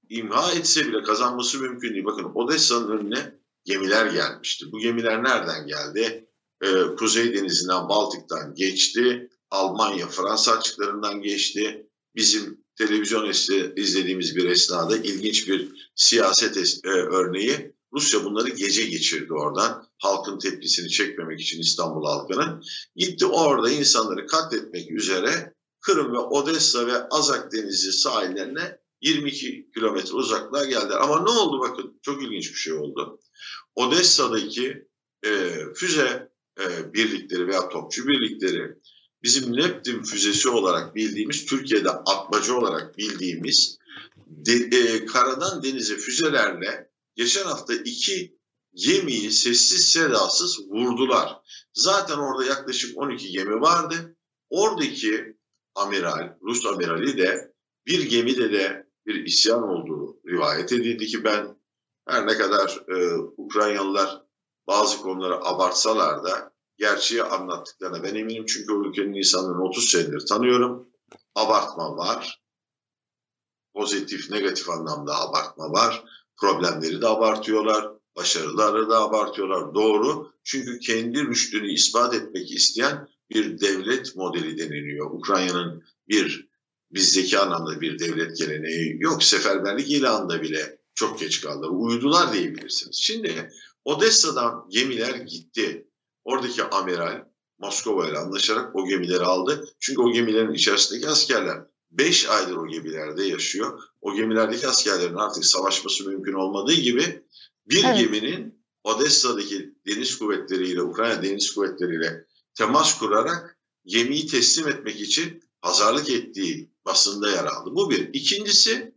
imha etse bile kazanması mümkün değil. Bakın Odessa'nın önüne gemiler gelmişti. Bu gemiler nereden geldi? Ee, Kuzey Denizi'nden, Baltık'tan geçti. Almanya, Fransa açıklarından geçti. Bizim televizyon izlediğimiz bir esnada ilginç bir siyaset e, örneği. Rusya bunları gece geçirdi oradan. Halkın tepkisini çekmemek için İstanbul halkının. Gitti orada insanları katletmek üzere Kırım ve Odessa ve Azak Denizi sahillerine yirmi iki kilometre uzaklığa geldiler. Ama ne oldu bakın, çok ilginç bir şey oldu. Odessa'daki e, füze e, birlikleri veya topçu birlikleri bizim Neptün füzesi olarak bildiğimiz, Türkiye'de atmaca olarak bildiğimiz de, e, karadan denize füzelerle geçen hafta iki gemiyi sessiz sedasız vurdular. Zaten orada yaklaşık on iki gemi vardı. Oradaki amiral, Rus amirali de bir gemide de bir isyan olduğu rivayet edildi ki ben her ne kadar e, Ukraynalılar bazı konuları abartsalar da gerçeği anlattıklarına ben eminim. Çünkü o ülkenin insanlarını otuz senedir tanıyorum. Abartma var. Pozitif, negatif anlamda abartma var. Problemleri de abartıyorlar. Başarıları da abartıyorlar. Doğru. Çünkü kendi rüştünü ispat etmek isteyen bir devlet modeli deniliyor. Ukrayna'nın bir bizdeki anlamda bir devlet geleneği yok. Seferberlik ilanında bile çok geç kaldılar. Uyudular diyebilirsiniz. Şimdi Odessa'dan gemiler gitti. Oradaki amiral Moskova ile anlaşarak o gemileri aldı. Çünkü o gemilerin içerisindeki askerler beş aydır o gemilerde yaşıyor. O gemilerdeki askerlerin artık savaşması mümkün olmadığı gibi bir evet. geminin Odessa'daki deniz kuvvetleriyle, Ukrayna deniz kuvvetleriyle temas kurarak gemiyi teslim etmek için hazırlık ettiği basında yer aldı. Bu bir. İkincisi,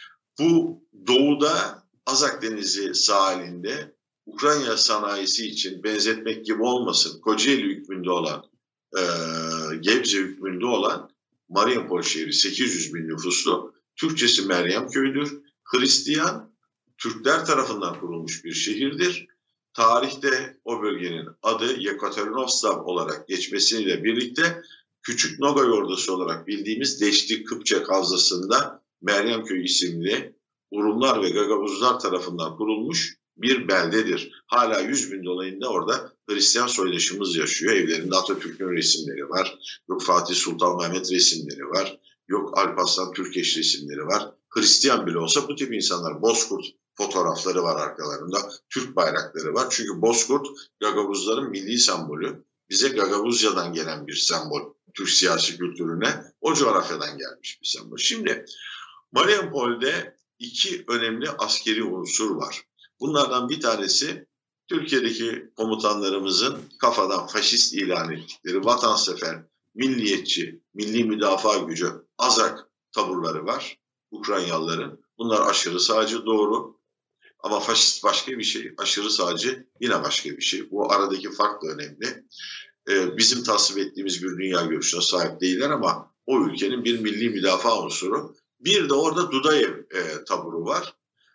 bu doğuda Azak Denizi sahilinde Ukrayna sanayisi için benzetmek gibi olmasın, Kocaeli hükmünde olan, e, Gebze hükmünde olan Mariupol şehri sekiz yüz bin nüfuslu, Türkçesi Meryemköy'dür. Hristiyan, Türkler tarafından kurulmuş bir şehirdir. Tarihte o bölgenin adı Yekaterinovstav olarak geçmesiyle birlikte Küçük Nogay Ordası olarak bildiğimiz Deşti Kıpçak Havzası'nda Meryemköy isimli Urumlar ve Gagavuzlar tarafından kurulmuş bir beldedir. Hala yüz bin dolayında orada Hristiyan soydaşımız yaşıyor. Evlerinde Atatürk'ün resimleri var. Yok Fatih Sultan Mehmet resimleri var. Yok Alparslan Türkeş resimleri var. Hristiyan bile olsa bu tip insanlar, Bozkurt fotoğrafları var arkalarında. Türk bayrakları var. Çünkü Bozkurt Gagavuzların milli sembolü. Bize Gagavuzya'dan gelen bir sembol. Türk siyasi kültürüne o coğrafyadan gelmiş bir sembol. Şimdi Mariupol'de iki önemli askeri unsur var. Bunlardan bir tanesi Türkiye'deki komutanlarımızın kafadan faşist ilan ettikleri vatansever, milliyetçi, milli müdafaa gücü, Azak taburları var Ukraynalıların. Bunlar aşırı sağcı, doğru. Ama faşist başka bir şey, aşırı sağcı yine başka bir şey. Bu aradaki fark da önemli. Ee, bizim tasvip ettiğimiz bir dünya görüşüne sahip değiller ama o ülkenin bir milli müdafaa unsuru. Bir de orada Dudayev e, taburu var.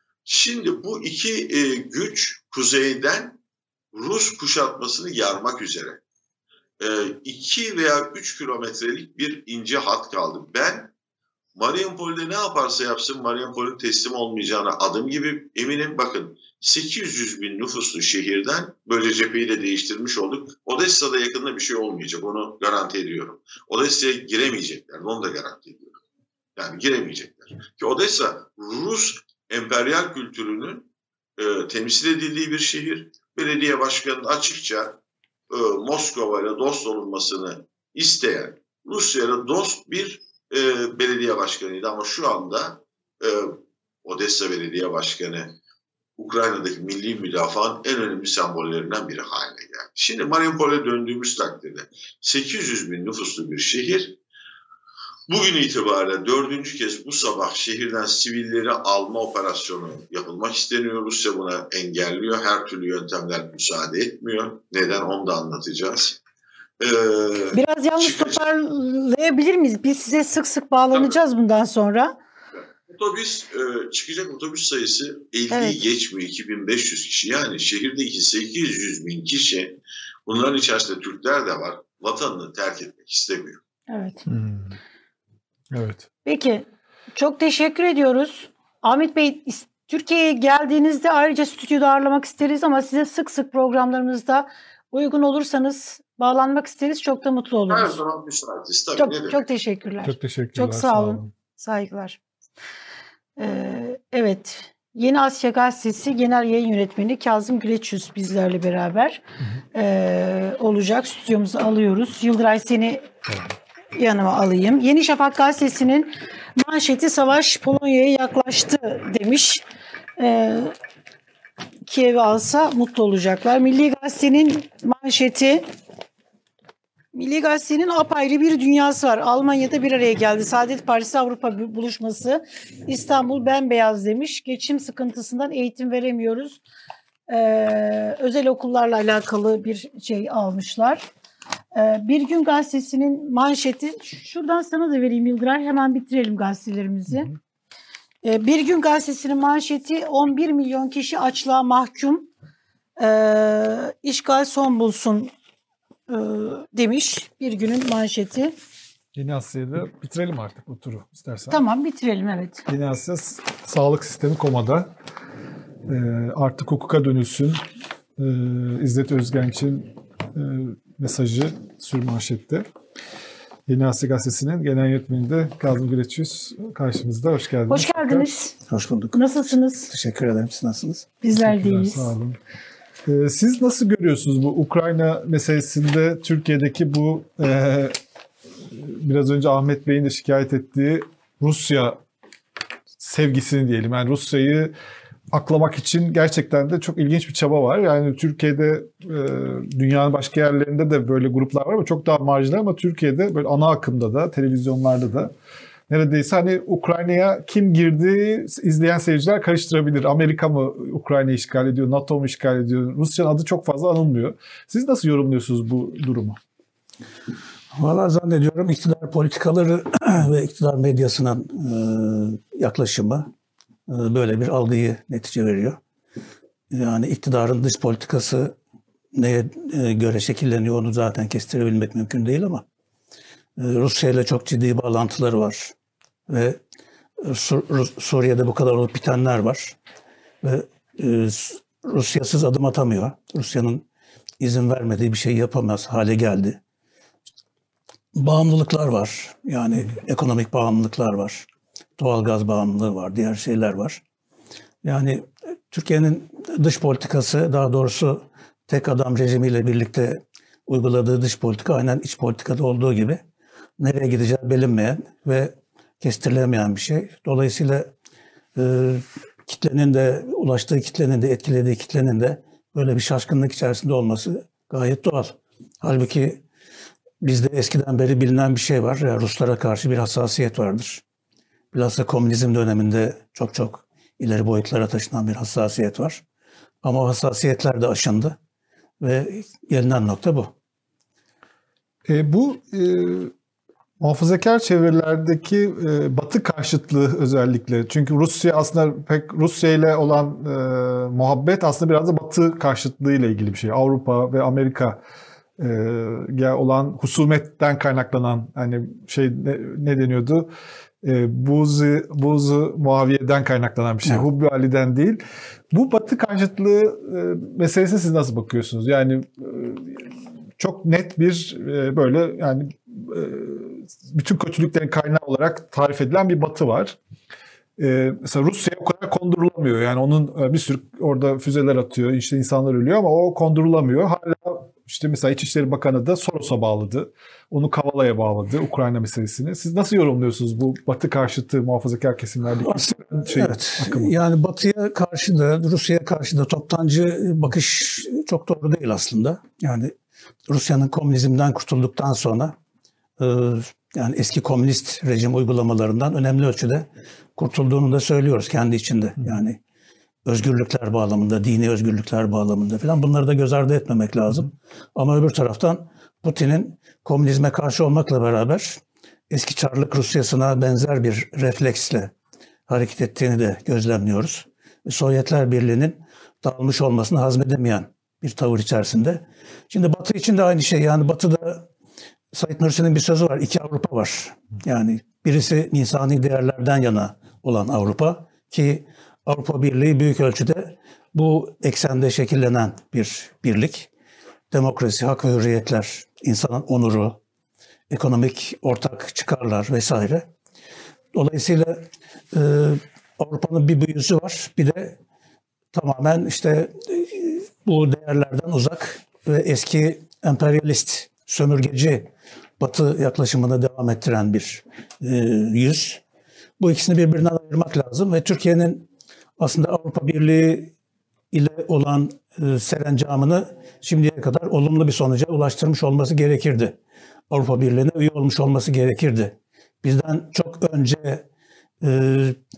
Şimdi bu iki e, güç kuzeyden Rus kuşatmasını yarmak üzere. E, iki veya üç kilometrelik bir ince hat kaldı. Ben Mariupol'de ne yaparsa yapsın Mariupol'ün teslim olmayacağına adım gibi eminim. Bakın sekiz yüz bin nüfuslu şehirden böyle cepheyi de değiştirmiş olduk. Odessa'da yakında bir şey olmayacak, onu garanti ediyorum. Odessa'ya giremeyecekler, onu da garanti ediyorum. Yani giremeyecekler. Ki Odessa Rus emperyal kültürünün e, temsil edildiği bir şehir. Belediye başkanının açıkça e, Moskova ile dost olunmasını isteyen, Rusya'yla dost bir e, belediye başkanıydı. Ama şu anda e, Odessa Belediye Başkanı Ukrayna'daki milli müdafaanın en önemli sembollerinden biri haline geldi. Şimdi Mariupol'e döndüğümüz takdirde sekiz yüz bin nüfuslu bir şehir. Bugün itibariyle dördüncü kez bu sabah şehirden sivilleri alma operasyonu yapılmak isteniyor. Rusya buna engelliyor. Her türlü yöntemler müsaade etmiyor. Neden, onu da anlatacağız. Ee, Biraz yalnız çıkacak... toparlayabilir miyiz? Biz size sık sık bağlanacağız Tabii. bundan sonra. Otobüs, e, çıkacak otobüs sayısı elliyi evet. geçmiyor. iki bin beş yüz kişi. Yani şehirdeki sekiz yüz bin kişi, bunların içerisinde Türkler de var, vatanını terk etmek istemiyor. Evet. Hmm. Evet. Peki. Çok teşekkür ediyoruz Ahmet Bey, Türkiye'ye geldiğinizde ayrıca stüdyoda ağırlamak isteriz ama size sık sık programlarımızda uygun olursanız bağlanmak isteriz. Çok da mutlu oluruz. Her zaman müsaitiz. Tabii, çok, çok teşekkürler. Çok teşekkürler. Çok sağ olun. Sağ olun. Saygılar. Ee, evet. Yeni Asya Gazetesi Genel Yayın Yönetmeni Kazım Güleçüz bizlerle beraber ee, olacak. Stüdyomuzu alıyoruz. Yıldıray, seni yanıma alayım. Yeni Şafak Gazetesi'nin manşeti "Savaş Polonya'ya yaklaştı" demiş. Ee, Kiev'i alsa mutlu olacaklar. Milli Gazete'nin manşeti, Milli Gazete'nin apayrı bir dünyası var. Almanya'da bir araya geldi. Saadet Partisi Avrupa buluşması. İstanbul bembeyaz demiş. Geçim sıkıntısından eğitim veremiyoruz. Ee, özel okullarla alakalı bir şey almışlar. Ee, Bir Gün Gazetesi'nin manşeti. Şuradan sana da vereyim Yıldıray. Hemen bitirelim gazetelerimizi. Hı hı. Ee, Bir Gün Gazetesi'nin manşeti on bir milyon kişi açlığa mahkum. Ee, işgal son bulsun demiş Bir Gün'ün manşeti. Yeni Asya'da bitirelim artık bu turu istersen. Tamam, bitirelim, evet. Yeni Asya sağlık sistemi komada. E, artık hukuka dönülsün. E, İzzet Özgenç'in e, mesajı sürmanşette. Yeni Asya Gazetesi'nin genel yönetmeni de Kazım Güleçüz karşımızda. Hoş geldiniz. Hoş geldiniz. Hoş bulduk. Nasılsınız? Teşekkür ederim. Siz nasılsınız? Bizler deyiz. Sağ olun. Siz nasıl görüyorsunuz bu Ukrayna meselesinde Türkiye'deki bu e, biraz önce Ahmet Bey'in de şikayet ettiği Rusya sevgisini diyelim. Yani Rusya'yı aklamak için gerçekten de çok ilginç bir çaba var. Yani Türkiye'de e, dünyanın başka yerlerinde de böyle gruplar var ama çok daha marjinal, ama Türkiye'de böyle ana akımda da televizyonlarda da neredeyse hani Ukrayna'ya kim girdi izleyen seyirciler karıştırabilir. Amerika mı Ukrayna'yı işgal ediyor, NATO mu işgal ediyor? Rusya'nın adı çok fazla anılmıyor. Siz nasıl yorumluyorsunuz bu durumu? Valla zannediyorum iktidar politikaları ve iktidar medyasının e, yaklaşımı e, böyle bir algıyı netice veriyor. Yani iktidarın dış politikası neye e, göre şekilleniyor onu zaten kestirebilmek mümkün değil ama Rusya ile çok ciddi bağlantıları var ve Sur- Suriye'de bu kadar olup bitenler var ve e, Rusya'sız adım atamıyor. Rusya'nın izin vermediği bir şey yapamaz hale geldi. Bağımlılıklar var, yani ekonomik bağımlılıklar var, doğalgaz bağımlılığı var, diğer şeyler var. Yani Türkiye'nin dış politikası, daha doğrusu tek adam rejimiyle birlikte uyguladığı dış politika aynen iç politikada olduğu gibi nereye gideceği bilinmeyen ve kestirilemeyen bir şey. Dolayısıyla e, kitlenin de, ulaştığı kitlenin de, etkilediği kitlenin de böyle bir şaşkınlık içerisinde olması gayet doğal. Halbuki bizde eskiden beri bilinen bir şey var. Yani Ruslara karşı bir hassasiyet vardır. Bilhassa komünizm döneminde çok çok ileri boyutlara taşınan bir hassasiyet var. Ama o hassasiyetler de aşındı ve gelinen nokta bu. E, bu e, muhafazakar çevrelerdeki e, Batı karşıtlığı özellikle. Çünkü Rusya aslında pek Rusya ile olan e, muhabbet aslında biraz da Batı karşıtlığı ile ilgili bir şey. Avrupa ve Amerika e, olan husumetten kaynaklanan hani şey ne, ne deniyordu? E, buzu, buzu Muaviye'den kaynaklanan bir şey. Evet. Hubbi Ali'den değil. Bu Batı karşıtlığı e, meselesine siz nasıl bakıyorsunuz? Yani e, çok net bir e, böyle yani e, bütün kötülüklerin kaynağı olarak tarif edilen bir Batı var. E, mesela Rusya'ya o kadar kondurulamıyor. Yani onun bir sürü orada füzeler atıyor, işte insanlar ölüyor ama o kondurulamıyor. Hala işte mesela İçişleri Bakanı da Soros'a bağladı. Onu Kavala'ya bağladı Ukrayna meselesini. Siz nasıl yorumluyorsunuz bu Batı karşıtı muhafazakar kesimlerdeki şey, evet, akımı? Yani Batı'ya karşı da Rusya'ya karşı da toptancı bakış çok doğru değil aslında. Yani Rusya'nın komünizmden kurtulduktan sonra yani eski komünist rejim uygulamalarından önemli ölçüde kurtulduğunu da söylüyoruz kendi içinde. Yani özgürlükler bağlamında, dini özgürlükler bağlamında falan bunları da göz ardı etmemek lazım. Ama öbür taraftan Putin'in komünizme karşı olmakla beraber eski Çarlık Rusyası'na benzer bir refleksle hareket ettiğini de gözlemliyoruz. Sovyetler Birliği'nin dağılmış olmasını hazmedemeyen bir tavır içerisinde. Şimdi Batı için de aynı şey. Yani Batı'da Said Nursi'nin bir sözü var. İki Avrupa var. Yani birisi insani değerlerden yana olan Avrupa, Ki Avrupa Birliği büyük ölçüde bu eksende şekillenen bir birlik. Demokrasi, hak ve hürriyetler, insanın onuru, ekonomik ortak çıkarlar vesaire. Dolayısıyla e, Avrupa'nın bir büyüsü var. Bir de tamamen işte e, bu değerlerden uzak ve eski emperyalist, sömürgeci Batı yaklaşımını devam ettiren bir e, yüz. Bu ikisini birbirinden ayırmak lazım ve Türkiye'nin aslında Avrupa Birliği ile olan e, serencamını şimdiye kadar olumlu bir sonuca ulaştırmış olması gerekirdi. Avrupa Birliği'ne üye olmuş olması gerekirdi. Bizden çok önce e,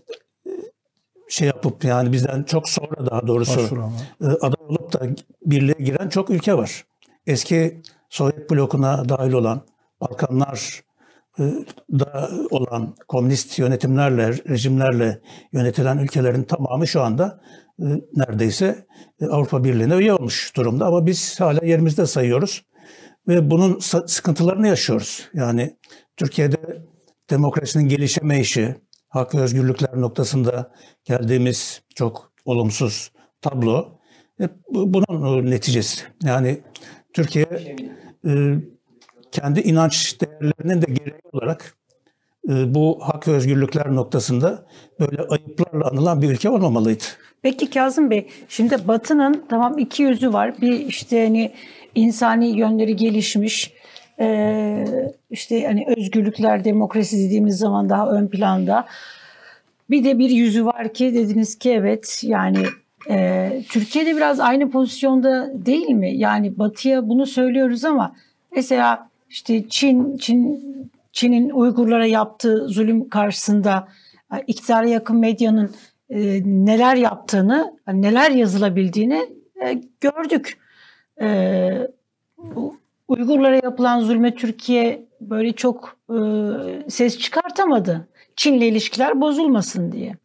şey yapıp yani bizden çok sonra daha doğrusu e, aday olup da birliğe giren çok ülke var. Eski Sovyet blokuna dahil olan, Balkanlar e, da olan komünist yönetimlerle, rejimlerle yönetilen ülkelerin tamamı şu anda e, neredeyse e, Avrupa Birliği'ne üye olmuş durumda. Ama biz hala yerimizde sayıyoruz ve bunun sıkıntılarını yaşıyoruz. Yani Türkiye'de demokrasinin gelişemeyişi, hak ve özgürlükler noktasında geldiğimiz çok olumsuz tablo hep bunun neticesi. Yani Türkiye e, kendi inanç değerlerinin de gereği olarak e, bu hak ve özgürlükler noktasında böyle ayıplarla anılan bir ülke olmamalıydı. Peki Kazım Bey, şimdi Batı'nın tamam iki yüzü var. Bir işte hani insani yönleri gelişmiş, e, işte hani özgürlükler, demokrasi dediğimiz zaman daha ön planda. Bir de bir yüzü var ki dediniz ki evet yani e, Türkiye'de biraz aynı pozisyonda değil mi? Yani Batı'ya bunu söylüyoruz ama mesela işte Çin, Çin, Çin'in Uygurlara yaptığı zulüm karşısında iktidara yakın medyanın e, neler yaptığını, neler yazılabildiğini e, gördük. E, bu Uygurlara yapılan zulme Türkiye böyle çok e, ses çıkartamadı. Çin'le ilişkiler bozulmasın diye.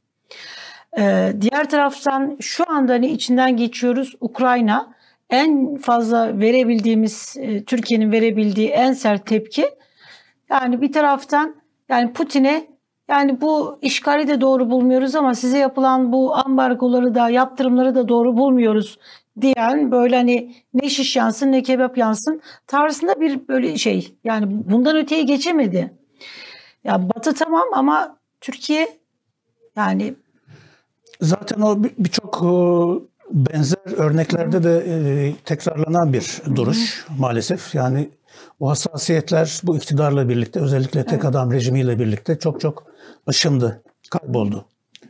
Ee, diğer taraftan şu anda hani içinden geçiyoruz Ukrayna. En fazla verebildiğimiz, e, Türkiye'nin verebildiği en sert tepki. Yani bir taraftan yani Putin'e yani bu işgali de doğru bulmuyoruz ama size yapılan bu ambargoları da yaptırımları da doğru bulmuyoruz diyen böyle hani ne şiş yansın ne kebap yansın tarzında bir böyle şey. Yani bundan öteye geçemedi. Ya Batı tamam ama Türkiye yani zaten o birçok benzer örneklerde de tekrarlanan bir duruş maalesef. Yani o hassasiyetler bu iktidarla birlikte özellikle tek adam rejimiyle birlikte çok çok aşındı, kayboldu.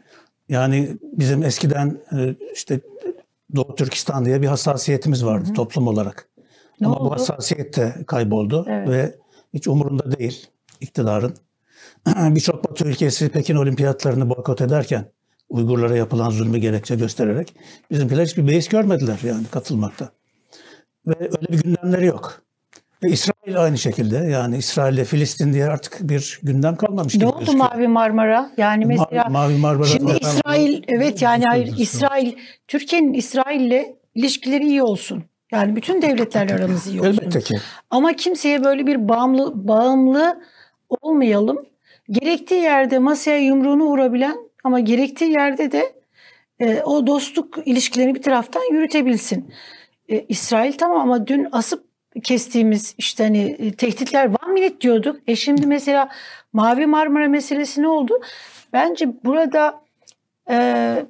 Yani bizim eskiden işte Doğu Türkistan diye bir hassasiyetimiz vardı hı hı. toplum olarak. Ne Ama oldu? Bu hassasiyet de kayboldu evet. ve hiç umurunda değil iktidarın. Birçok Batı ülkesi Pekin olimpiyatlarını boykot ederken Uygurlara yapılan zulmü gerekçe göstererek bizimkiler hiçbir beis görmediler yani katılmakta. Ve öyle bir gündemleri yok. Ve İsrail aynı şekilde yani İsrail ile Filistin diye artık bir gündem kalmamış. Ne oldu gözüküyor. Mavi Marmara? Yani mesela Mavi, Mavi Marmara. Şimdi İsrail evet yani hayır İsrail Türkiye'nin İsrail'le ilişkileri iyi olsun. Yani bütün devletlerle aramız iyi olsun. Elbette ki. Ama kimseye böyle bir bağımlı bağımlı olmayalım. Gerektiği yerde masaya yumruğunu vurabilen ama gerektiği yerde de e, o dostluk ilişkilerini bir taraftan yürütebilsin. E, İsrail tamam ama dün asıp kestiğimiz işte hani e, tehditler one minute diyorduk. E şimdi mesela Mavi Marmara meselesi ne oldu? Bence burada e,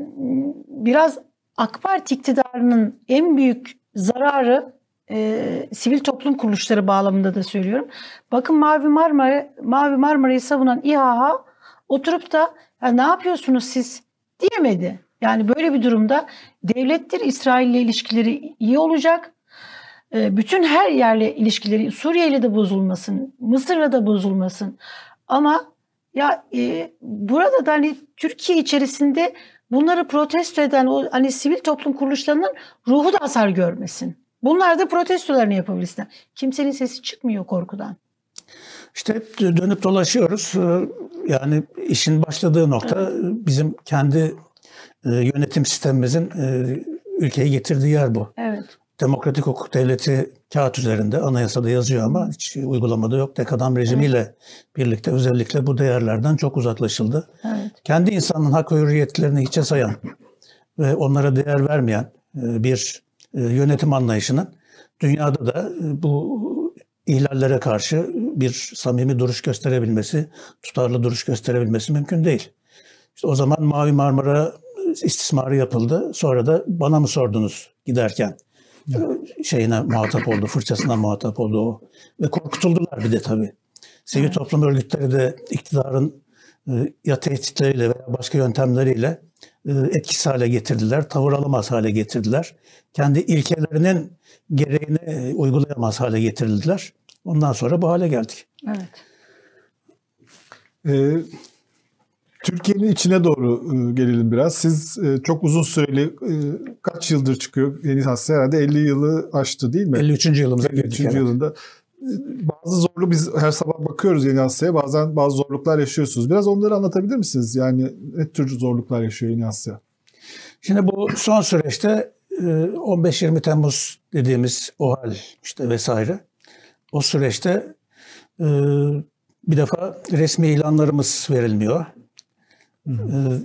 biraz AK Parti iktidarının en büyük zararı E, sivil toplum kuruluşları bağlamında da söylüyorum. Bakın Mavi Marmara, Mavi Marmara'yı savunan İHA oturup da ya ne yapıyorsunuz siz diyemedi. Yani böyle bir durumda devlettir İsrail ile ilişkileri iyi olacak. E, bütün her yerle ilişkileri Suriye ile de bozulmasın, Mısır'la da bozulmasın. Ama ya e, burada da hani Türkiye içerisinde bunları protesto eden o hani sivil toplum kuruluşlarının ruhu da hasar görmesin. Bunlar da protestolarını yapabilirler. Kimsenin sesi çıkmıyor korkudan. İşte hep dönüp dolaşıyoruz. Yani işin başladığı nokta evet. bizim kendi yönetim sistemimizin ülkeyi getirdiği yer bu. Evet. demokratik hukuk devleti kağıt üzerinde, anayasada yazıyor ama hiç uygulamada yok. Tek adam rejimiyle evet. birlikte özellikle bu değerlerden çok uzaklaşıldı. Evet. Kendi insanın hak ve hürriyetlerini hiçe sayan ve onlara değer vermeyen bir yönetim anlayışının dünyada da bu ihlallere karşı bir samimi duruş gösterebilmesi, tutarlı duruş gösterebilmesi mümkün değil. İşte o zaman Mavi Marmara istismarı yapıldı. Sonra da bana mı sordunuz giderken şeyine muhatap oldu, fırçasına muhatap oldu o. Ve korkutuldular bir de tabii. Sivil evet. toplum örgütleri de iktidarın ya tehditleriyle veya başka yöntemleriyle etkisiz hale getirdiler, tavır alamaz hale getirdiler. Kendi ilkelerinin gereğini uygulayamaz hale getirildiler. Ondan sonra bu hale geldik. Evet. Ee, Türkiye'nin içine doğru e, gelelim biraz. Siz e, çok uzun süreli, e, kaç yıldır çıkıyor Yeni Hasre? Herhalde elli yılı aştı değil mi? elli üçüncü yılımıza girdik. elli üçüncü yılında. Bazı zorlu, biz her sabah bakıyoruz Yeni Hasre'ye, bazen bazı zorluklar yaşıyorsunuz. Biraz onları anlatabilir misiniz? Yani ne tür zorluklar yaşıyor Yeni Hasre? Şimdi bu son süreçte on beş yirmi Temmuz dediğimiz o hal işte vesaire. O süreçte bir defa resmi ilanlarımız verilmiyor. Hı.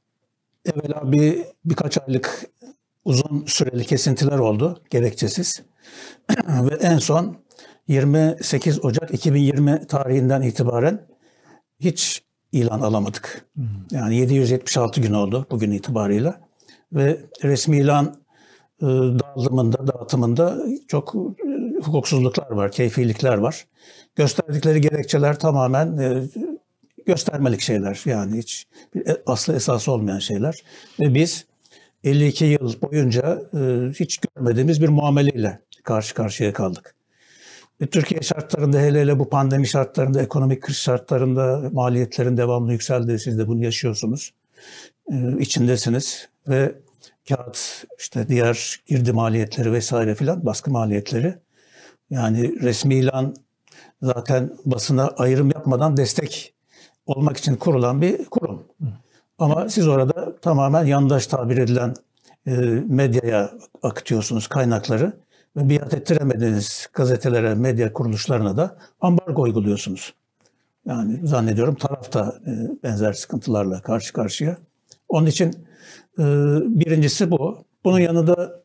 Evvela bir birkaç aylık uzun süreli kesintiler oldu gerekçesiz. Ve en son yirmi sekiz Ocak iki bin yirmi tarihinden itibaren hiç ilan alamadık. Hı. Yani yedi yüz yetmiş altı gün oldu bugün itibarıyla. Ve resmi ilan dağılımında, dağıtımında çok hukuksuzluklar var, keyfilikler var. Gösterdikleri gerekçeler tamamen göstermelik şeyler. Yani hiç aslı esası olmayan şeyler. Ve biz elli iki yıl boyunca hiç görmediğimiz bir muameleyle karşı karşıya kaldık. Türkiye şartlarında, hele hele bu pandemi şartlarında, ekonomik kriz şartlarında maliyetlerin devamlı yükseldiği, siz de bunu yaşıyorsunuz. İçindesiniz ve kağıt, işte diğer girdi maliyetleri vesaire filan, baskı maliyetleri. Yani resmi ilan zaten basına ayrım yapmadan destek olmak için kurulan bir kurum. Ama siz orada tamamen yandaş tabir edilen e, medyaya akıtıyorsunuz kaynakları ve biat ettiremediğiniz gazetelere, medya kuruluşlarına da ambargo uyguluyorsunuz. Yani zannediyorum taraf da e, benzer sıkıntılarla karşı karşıya. Onun için e, birincisi bu. Bunun yanında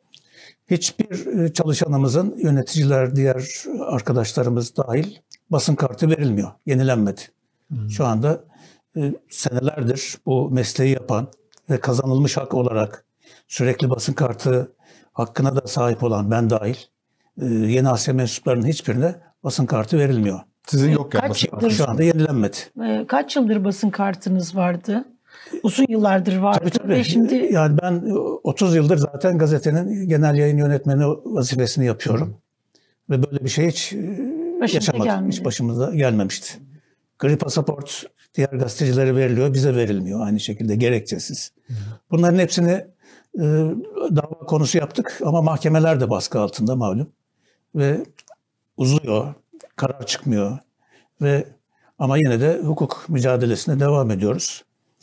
hiçbir çalışanımızın, yöneticiler, diğer arkadaşlarımız dahil basın kartı verilmiyor, yenilenmedi. Hmm. Şu anda e, senelerdir bu mesleği yapan ve kazanılmış hak olarak sürekli basın kartı hakkına da sahip olan ben dahil e, Yeni Hasre mensuplarının hiçbirine basın kartı verilmiyor. Sizin yok yani basın kartı. Şu anda yenilenmedi. Kaç yıldır basın kartınız vardı? Uzun yıllardır vardı. Tabii tabii. Ve şimdi... Yani ben otuz yıldır zaten gazetenin genel yayın yönetmeni vazifesini yapıyorum. Ve böyle bir şey hiç Başımıza yaşamadım. Gelmedi. Hiç başımıza gelmemişti. Gri pasaport diğer gazetecilere veriliyor, bize verilmiyor aynı şekilde gerekçesiz. Hı. Bunların hepsini e, dava konusu yaptık ama mahkemeler de baskı altında malum. Ve uzuyor, karar çıkmıyor. Ve ama yine de hukuk mücadelesine devam ediyoruz.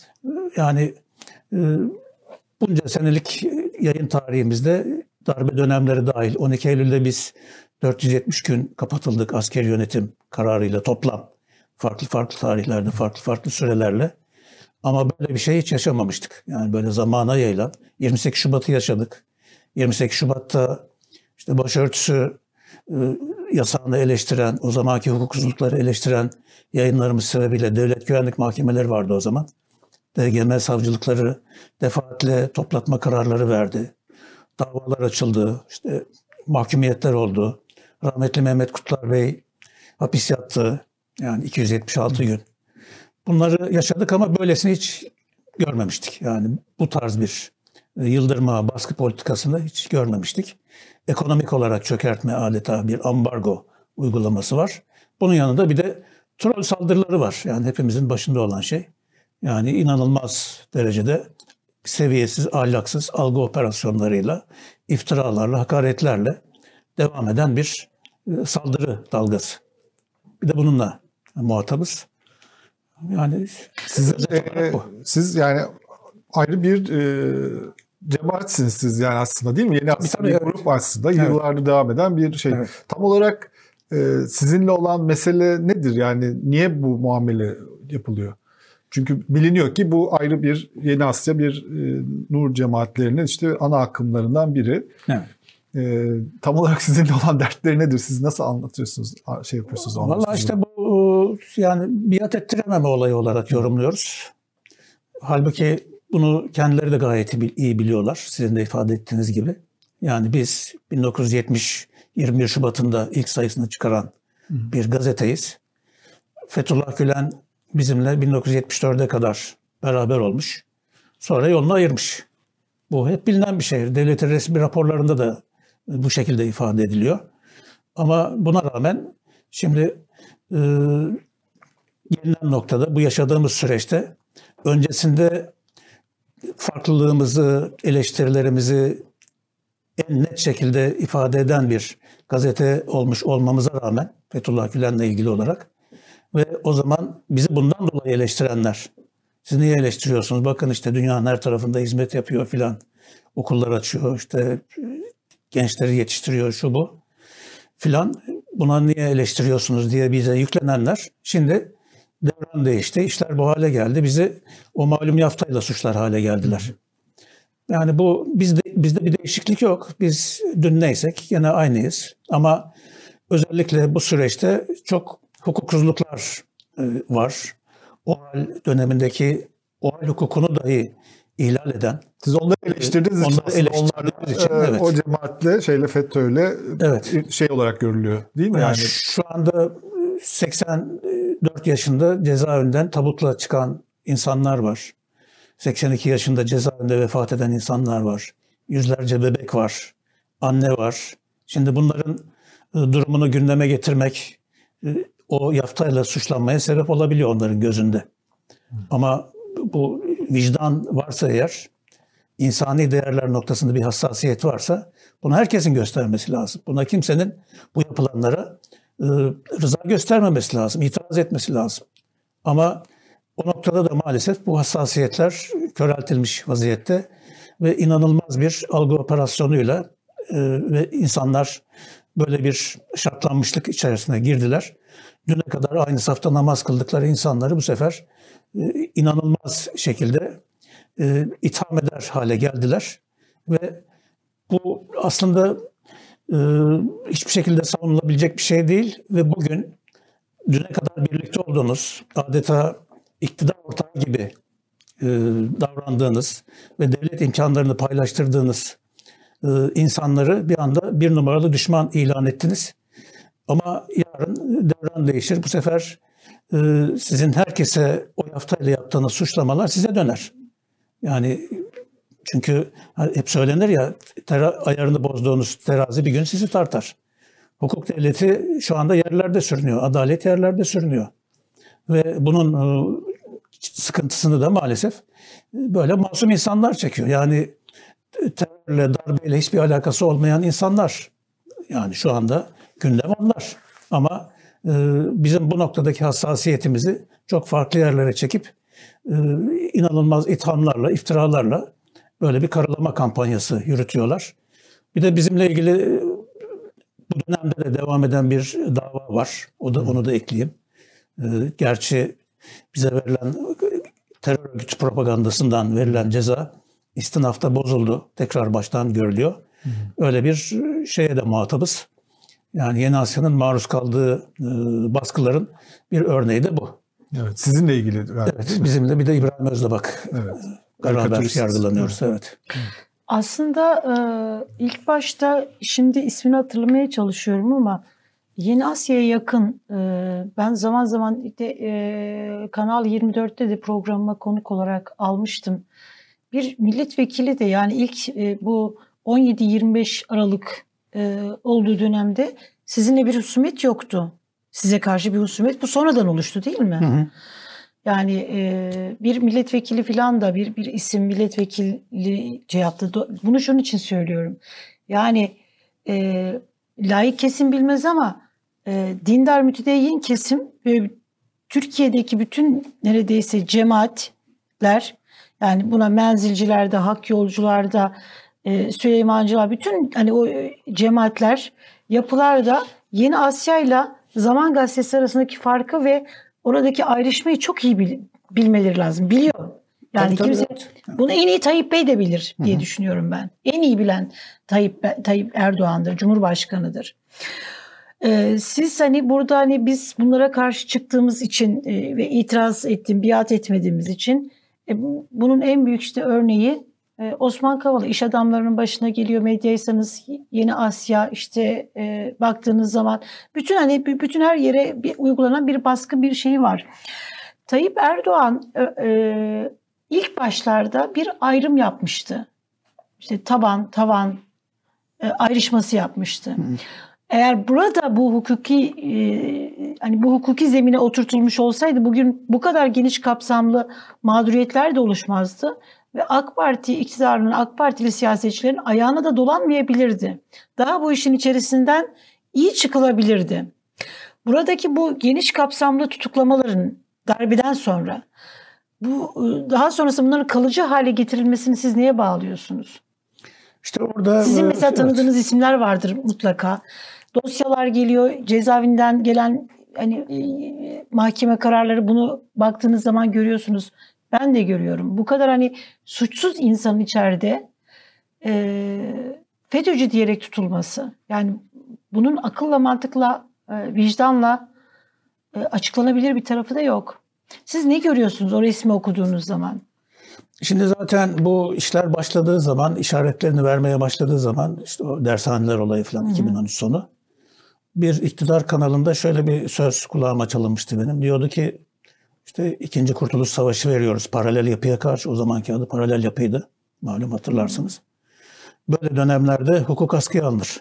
Yani e, bunca senelik yayın tarihimizde darbe dönemleri dahil on iki Eylül'de biz dört yüz yetmiş gün kapatıldık askeri yönetim kararıyla toplam. Farklı farklı tarihlerde, farklı farklı sürelerle. Ama böyle bir şey hiç yaşamamıştık. Yani böyle zamana yayılan. yirmi sekiz Şubat'ı yaşadık. yirmi sekiz Şubat'ta işte başörtüsü e, yasağını eleştiren, o zamanki hukuksuzlukları eleştiren yayınlarımız sebebiyle devlet güvenlik mahkemeleri vardı o zaman. D G M savcılıkları defaatle toplatma kararları verdi. Davalar açıldı. İşte mahkumiyetler oldu. Rahmetli Mehmet Kutlar Bey hapis yattı. Yani iki yüz yetmiş altı gün. Bunları yaşadık ama böylesini hiç görmemiştik. Yani bu tarz bir yıldırma, baskı politikasını hiç görmemiştik. Ekonomik olarak çökertme, adeta bir ambargo uygulaması var. Bunun yanında bir de troll saldırıları var. Yani hepimizin başında olan şey. Yani inanılmaz derecede seviyesiz, ahlaksız algı operasyonlarıyla, iftiralarla, hakaretlerle devam eden bir saldırı dalgası. Bir de bununla muhatabız. Yani siz, e, siz yani ayrı bir e, cemaatsiniz siz yani aslında, değil mi? Yeni Asya tabii, bir evet. grup aslında. Evet. Yıllardır devam eden bir şey. Evet. Tam olarak e, sizinle olan mesele nedir? Yani niye bu muamele yapılıyor? Çünkü biliniyor ki bu ayrı bir Yeni Asya, bir e, Nur cemaatlerinin işte ana akımlarından biri. Evet. E, tam olarak sizinle olan dertleri nedir? Siz nasıl anlatıyorsunuz, şey yapıyorsunuz? Vallahi işte bu yani biat ettirememe olayı olarak yorumluyoruz. Halbuki bunu kendileri de gayet iyi biliyorlar. Sizin de ifade ettiğiniz gibi. Yani biz bin dokuz yüz yetmiş yirmi bir Şubat'ında ilk sayısını çıkaran bir gazeteyiz. Fethullah Gülen bizimle bin dokuz yüz yetmiş dörde kadar beraber olmuş. Sonra yolunu ayırmış. Bu hep bilinen bir şey. Devletin resmi raporlarında da bu şekilde ifade ediliyor. Ama buna rağmen şimdi e, gelinen noktada, bu yaşadığımız süreçte öncesinde farklılığımızı, eleştirilerimizi en net şekilde ifade eden bir gazete olmuş olmamıza rağmen Fethullah Gülen'le ilgili olarak ve o zaman bizi bundan dolayı eleştirenler, siz niye eleştiriyorsunuz? Bakın işte dünyanın her tarafında hizmet yapıyor filan, okullar açıyor, işte gençleri yetiştiriyor, şu bu filan, buna niye eleştiriyorsunuz diye bize yüklenenler şimdi devran değişti, işler bu hale geldi, bizi o malum yaftayla suçlar hale geldiler. Yani bu bizde, bizde bir değişiklik yok. Biz dün neysek yine aynıyız. Ama özellikle bu süreçte çok hukuksuzluklar e, var. OHAL dönemindeki OHAL hukukunu dahi ihlal eden. Siz onları eleştirdiğiniz için, onları eleştirdiğiniz için e, evet. o cemaatle, şeyle, FETÖ'yle evet. şey olarak görülüyor, değil mi? Yani, yani şu anda seksen dört yaşında cezaevinden tabutla çıkan insanlar var. seksen iki yaşında cezaevinde vefat eden insanlar var. Yüzlerce bebek var. Anne var. Şimdi bunların durumunu gündeme getirmek o yaftayla suçlanmaya sebep olabiliyor onların gözünde. Ama bu vicdan varsa eğer, insani değerler noktasında bir hassasiyet varsa bunu herkesin göstermesi lazım. Buna kimsenin bu yapılanlara rıza göstermemesi lazım, itiraz etmesi lazım. Ama o noktada da maalesef bu hassasiyetler köreltilmiş vaziyette ve inanılmaz bir algı operasyonuyla e, ve insanlar böyle bir şartlanmışlık içerisine girdiler. Düne kadar aynı safta namaz kıldıkları insanları bu sefer e, inanılmaz şekilde e, itham eder hale geldiler. Ve bu aslında e, hiçbir şekilde savunulabilecek bir şey değil ve bugün düne kadar birlikte olduğunuz, adeta iktidar ortağı gibi e, davrandığınız ve devlet imkanlarını paylaştırdığınız e, insanları bir anda bir numaralı düşman ilan ettiniz. Ama yarın devran değişir. Bu sefer e, sizin herkese o yaftayla yaptığınız suçlamalar size döner. Yani çünkü hep söylenir ya, tera, ayarını bozduğunuz terazi bir gün sizi tartar. Hukuk devleti şu anda yerlerde sürünüyor. Adalet yerlerde sürünüyor. Ve bunun e, sıkıntısını da maalesef böyle masum insanlar çekiyor. Yani terörle, darbeyle hiçbir alakası olmayan insanlar. Yani şu anda gündem onlar. Ama e, bizim bu noktadaki hassasiyetimizi çok farklı yerlere çekip e, inanılmaz ithamlarla, iftiralarla böyle bir karalama kampanyası yürütüyorlar. Bir de bizimle ilgili bu dönemde de devam eden bir dava var. O da, onu da ekleyeyim. E, gerçi bize verilen terör örgütü propagandasından verilen ceza istinafta bozuldu. Tekrar baştan görülüyor. Hı hı. Öyle bir şeye de muhatabız. Yani Yeni Asya'nın maruz kaldığı e, baskıların bir örneği de bu. Evet, sizinle ilgili galiba. Evet, bizimle bir de İbrahim Özlabak evet. beraber yargılanıyoruz. Evet. evet. Aslında e, ilk başta şimdi ismini hatırlamaya çalışıyorum ama Yeni Asya'ya yakın, e, ben zaman zaman de, e, Kanal yirmi dörtte de programıma konuk olarak almıştım. Bir milletvekili de yani ilk e, bu on yedi yirmi beş Aralık e, olduğu dönemde sizinle bir husumet yoktu. Size karşı bir husumet bu sonradan oluştu değil mi? Hı hı. Yani e, bir milletvekili falan da bir bir isim milletvekili cevaptı. Bunu şunun için söylüyorum. Yani e, laik kesim bilmez ama e, dindar mütedeyyin kesim ve Türkiye'deki bütün neredeyse cemaatler Yani buna menzilcilerde, hak yolcularda, e, Süleymancılar, bütün hani o cemaatler, yapılar da Yeni Asya ile Zaman Gazetesi arasındaki farkı ve oradaki ayrışmayı çok iyi bil, bilmeleri lazım. Biliyor. Yani tabii, kimse tabii, evet. Bunu en iyi Tayyip Bey de bilir diye Hı-hı. düşünüyorum ben. En iyi bilen Tayyip, Tayyip Erdoğan'dır, Cumhurbaşkanı'dır. Ee, siz hani burada hani biz bunlara karşı çıktığımız için e, ve itiraz ettiğim, biat etmediğimiz için e, bunun en büyük işte örneği e, Osman Kavala. İş adamlarının başına geliyor, medyaysanız Yeni Asya, işte e, baktığınız zaman bütün hani bütün her yere bir, uygulanan bir baskı, bir şey var. Tayyip Erdoğan e, e, ilk başlarda bir ayrım yapmıştı. İşte taban, tavan e, ayrışması yapmıştı. Hı. Eğer burada bu hukuki e, hani bu hukuki zemine oturtulmuş olsaydı bugün bu kadar geniş kapsamlı mağduriyetler de oluşmazdı ve AK Parti iktidarının, AK Partili siyasetçilerin ayağına da dolanmayabilirdi. Daha bu işin içerisinden iyi çıkılabilirdi. Buradaki bu geniş kapsamlı tutuklamaların darbeden sonra bu daha sonrasında bunların kalıcı hale getirilmesini siz neye bağlıyorsunuz? İşte orada sizin mesela evet. tanıdığınız isimler vardır mutlaka. Dosyalar geliyor, cezaevinden gelen hani e, mahkeme kararları, bunu baktığınız zaman görüyorsunuz. Ben de görüyorum. Bu kadar hani suçsuz insanın içeride e, FETÖ'cü diyerek tutulması. Yani bunun akılla, mantıkla, e, vicdanla e, açıklanabilir bir tarafı da yok. Siz ne görüyorsunuz o resmi okuduğunuz zaman? Şimdi zaten bu işler başladığı zaman, işaretlerini vermeye başladığı zaman, işte o dershaneler olayı falan, hı hı. iki bin on üç sonu, bir iktidar kanalında şöyle bir söz kulağıma çalınmıştı benim. Diyordu ki işte ikinci Kurtuluş Savaşı veriyoruz paralel yapıya karşı. O zamanki adı paralel yapıydı. Malum hatırlarsınız. Böyle dönemlerde hukuk askıya alınır.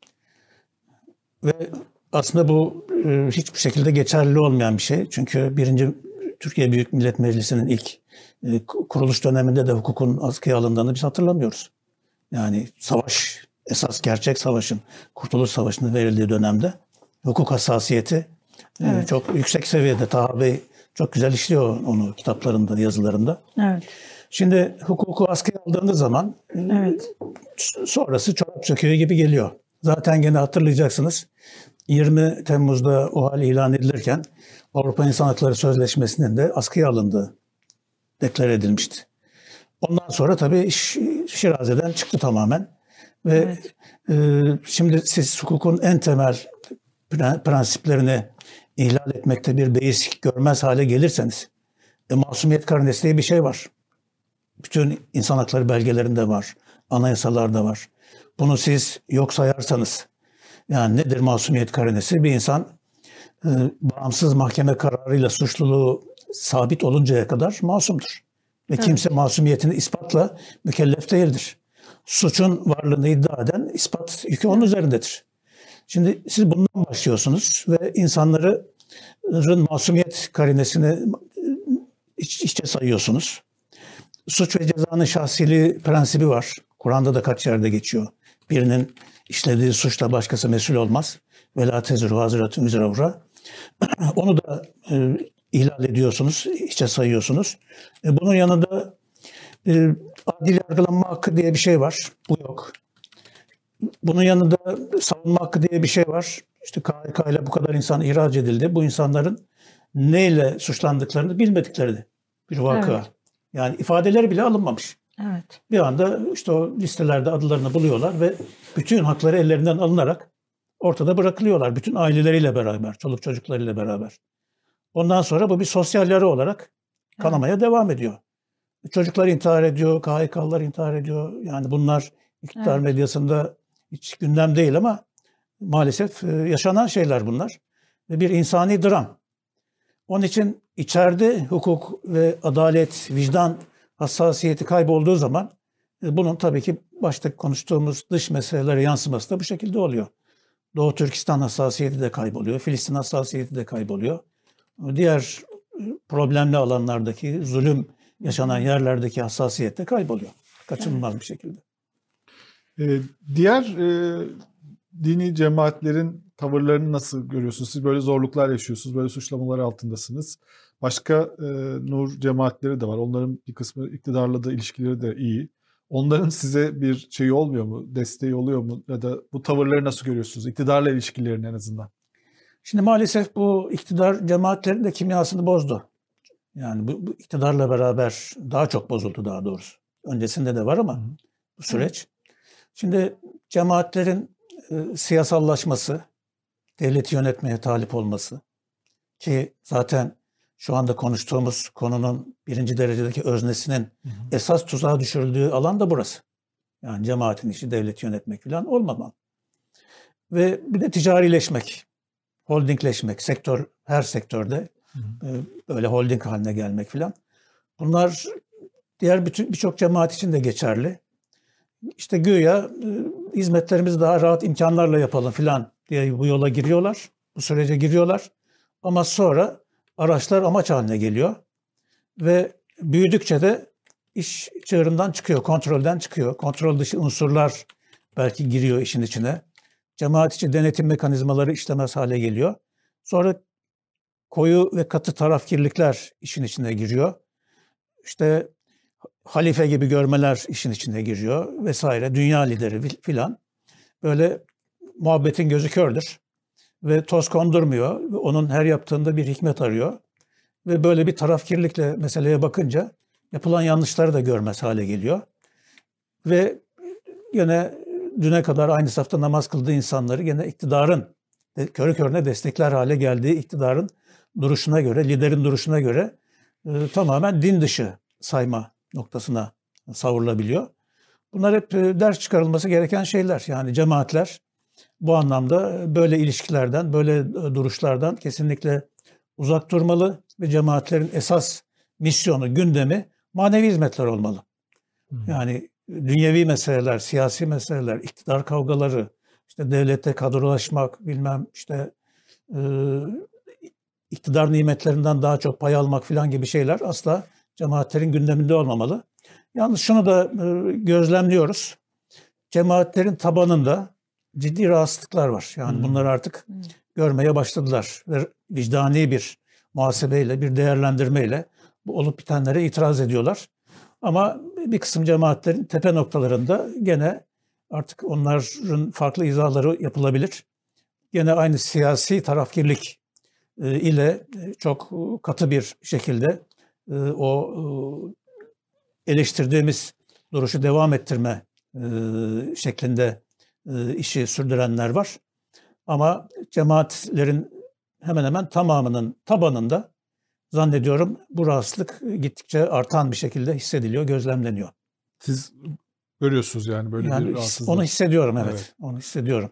Ve aslında bu e, hiçbir şekilde geçerli olmayan bir şey. Çünkü birinci Türkiye Büyük Millet Meclisi'nin ilk e, kuruluş döneminde de hukukun askıya alındığını biz hatırlamıyoruz. Yani savaş, esas gerçek savaşın, Kurtuluş Savaşı'nın verildiği dönemde hukuk hassasiyeti evet. e, çok yüksek seviyede. Taha Bey çok güzel işliyor onu kitaplarında, yazılarında. Evet. Şimdi hukuku askıya aldığınız zaman evet. sonrası çorap söküğü gibi geliyor. Zaten gene hatırlayacaksınız. yirmi Temmuz'da o hal ilan edilirken Avrupa İnsan Hakları Sözleşmesi'nin de askıya alındığı deklare edilmişti. Ondan sonra tabii iş Şiraze'den çıktı tamamen. Ve evet. e, şimdi siz hukukun en temel prensiplerini ihlal etmekte bir beis görmez hale gelirseniz, e, masumiyet karinesi diye bir şey var. Bütün insan hakları belgelerinde var, anayasalarda var. Bunu siz yok sayarsanız, yani nedir masumiyet karinesi? Bir insan e, bağımsız mahkeme kararıyla suçluluğu sabit oluncaya kadar masumdur. Ve evet. kimse masumiyetini ispatla mükellef değildir. Suçun varlığını iddia eden ispat yükü onun üzerindedir. Şimdi siz bundan başlıyorsunuz ve insanların masumiyet karinesini iç, içe sayıyorsunuz. Suç ve cezanın şahsiliği prensibi var. Kur'an'da da kaç yerde geçiyor. Birinin işlediği suçla başkası mesul olmaz. Ve la tezru hazretun vizra uhra. Onu da e, ihlal ediyorsunuz, içe sayıyorsunuz. E, bunun yanında e, adil yargılanma hakkı diye bir şey var. Bu yok. Bunun yanında savunma hakkı diye bir şey var. İşte K H K ile bu kadar insan ihraç edildi. Bu insanların neyle suçlandıklarını bilmedikleri bir vaka. Evet. Yani ifadeleri bile alınmamış. Evet. Bir anda işte o listelerde adlarını buluyorlar ve bütün hakları ellerinden alınarak ortada bırakılıyorlar. Bütün aileleriyle beraber, çoluk çocuklarıyla beraber. Ondan sonra bu bir sosyal yara olarak kanamaya evet. devam ediyor. Çocuklar intihar ediyor, K H K'lılar intihar ediyor. Yani bunlar iktidar evet. medyasında hiç gündem değil ama maalesef yaşanan şeyler bunlar. Ve bir insani dram. Onun için içeride hukuk ve adalet, vicdan hassasiyeti kaybolduğu zaman bunun tabii ki başta konuştuğumuz dış meselelere yansıması da bu şekilde oluyor. Doğu Türkistan hassasiyeti de kayboluyor, Filistin hassasiyeti de kayboluyor. Diğer problemli alanlardaki zulüm yaşanan yerlerdeki hassasiyet de kayboluyor. Kaçınılmaz bir şekilde. Ee, diğer e, dini cemaatlerin tavırlarını nasıl görüyorsunuz? Siz böyle zorluklar yaşıyorsunuz, böyle suçlamalar altındasınız. Başka e, nur cemaatleri de var. Onların bir kısmı iktidarla da ilişkileri de iyi. Onların size bir şeyi olmuyor mu? Desteği oluyor mu? Ya da bu tavırları nasıl görüyorsunuz? İktidarla ilişkilerini en azından. Şimdi maalesef bu iktidar cemaatlerin de kimyasını bozdu. Yani bu, bu iktidarla beraber daha çok bozuldu daha doğrusu. Öncesinde de var ama Hı. bu süreç. Hı. Şimdi cemaatlerin e, siyasallaşması, devleti yönetmeye talip olması ki zaten şu anda konuştuğumuz konunun birinci derecedeki öznesinin hı hı. esas tuzağa düşürüldüğü alan da burası. Yani cemaatin işi devleti yönetmek falan olmamalı. Ve bir de ticarileşmek, holdingleşmek, sektör her sektörde hı hı. böyle holding haline gelmek falan. Bunlar diğer bütün birçok cemaat için de geçerli. İşte güya hizmetlerimizi daha rahat imkanlarla yapalım falan diye bu yola giriyorlar, bu sürece giriyorlar. Ama sonra araçlar amaç haline geliyor ve büyüdükçe de iş çığırından çıkıyor, kontrolden çıkıyor. Kontrol dışı unsurlar belki giriyor işin içine. Cemaat içi denetim mekanizmaları işlemez hale geliyor. Sonra koyu ve katı tarafkirlikler işin içine giriyor. İşte halife gibi görmeler işin içine giriyor vesaire. Dünya lideri filan. Böyle muhabbetin gözü kördür. Ve toz kondurmuyor. Onun her yaptığında bir hikmet arıyor. Ve böyle bir tarafkirlikle meseleye bakınca yapılan yanlışları da görmez hale geliyor. Ve yine düne kadar aynı safta namaz kıldığı insanları yine iktidarın körü körüne destekler hale geldiği iktidarın duruşuna göre, liderin duruşuna göre e, tamamen din dışı sayma noktasına savrulabiliyor. Bunlar hep e, ders çıkarılması gereken şeyler. Yani cemaatler bu anlamda böyle ilişkilerden, böyle duruşlardan kesinlikle uzak durmalı ve cemaatlerin esas misyonu, gündemi manevi hizmetler olmalı. Hmm. Yani dünyevi meseleler, siyasi meseleler, iktidar kavgaları, işte devlette kadrolaşmak, bilmem işte e, iktidar nimetlerinden daha çok pay almak falan gibi şeyler asla cemaatlerin gündeminde olmamalı. Yalnız şunu da e, gözlemliyoruz. Cemaatlerin tabanında ciddi rahatsızlıklar var. Yani hmm. bunları artık hmm. görmeye başladılar. Ve vicdani bir muhasebeyle, bir değerlendirmeyle bu olup bitenlere itiraz ediyorlar. Ama bir kısım cemaatlerin tepe noktalarında gene artık onların farklı izahları yapılabilir. Gene aynı siyasi tarafkirlik ile çok katı bir şekilde o eleştirdiğimiz duruşu devam ettirme şeklinde işi sürdürenler var. Ama cemaatlerin hemen hemen tamamının tabanında zannediyorum bu rahatsızlık gittikçe artan bir şekilde hissediliyor, gözlemleniyor. Siz görüyorsunuz yani böyle yani bir rahatsızlık. Onu hissediyorum evet, evet. onu hissediyorum.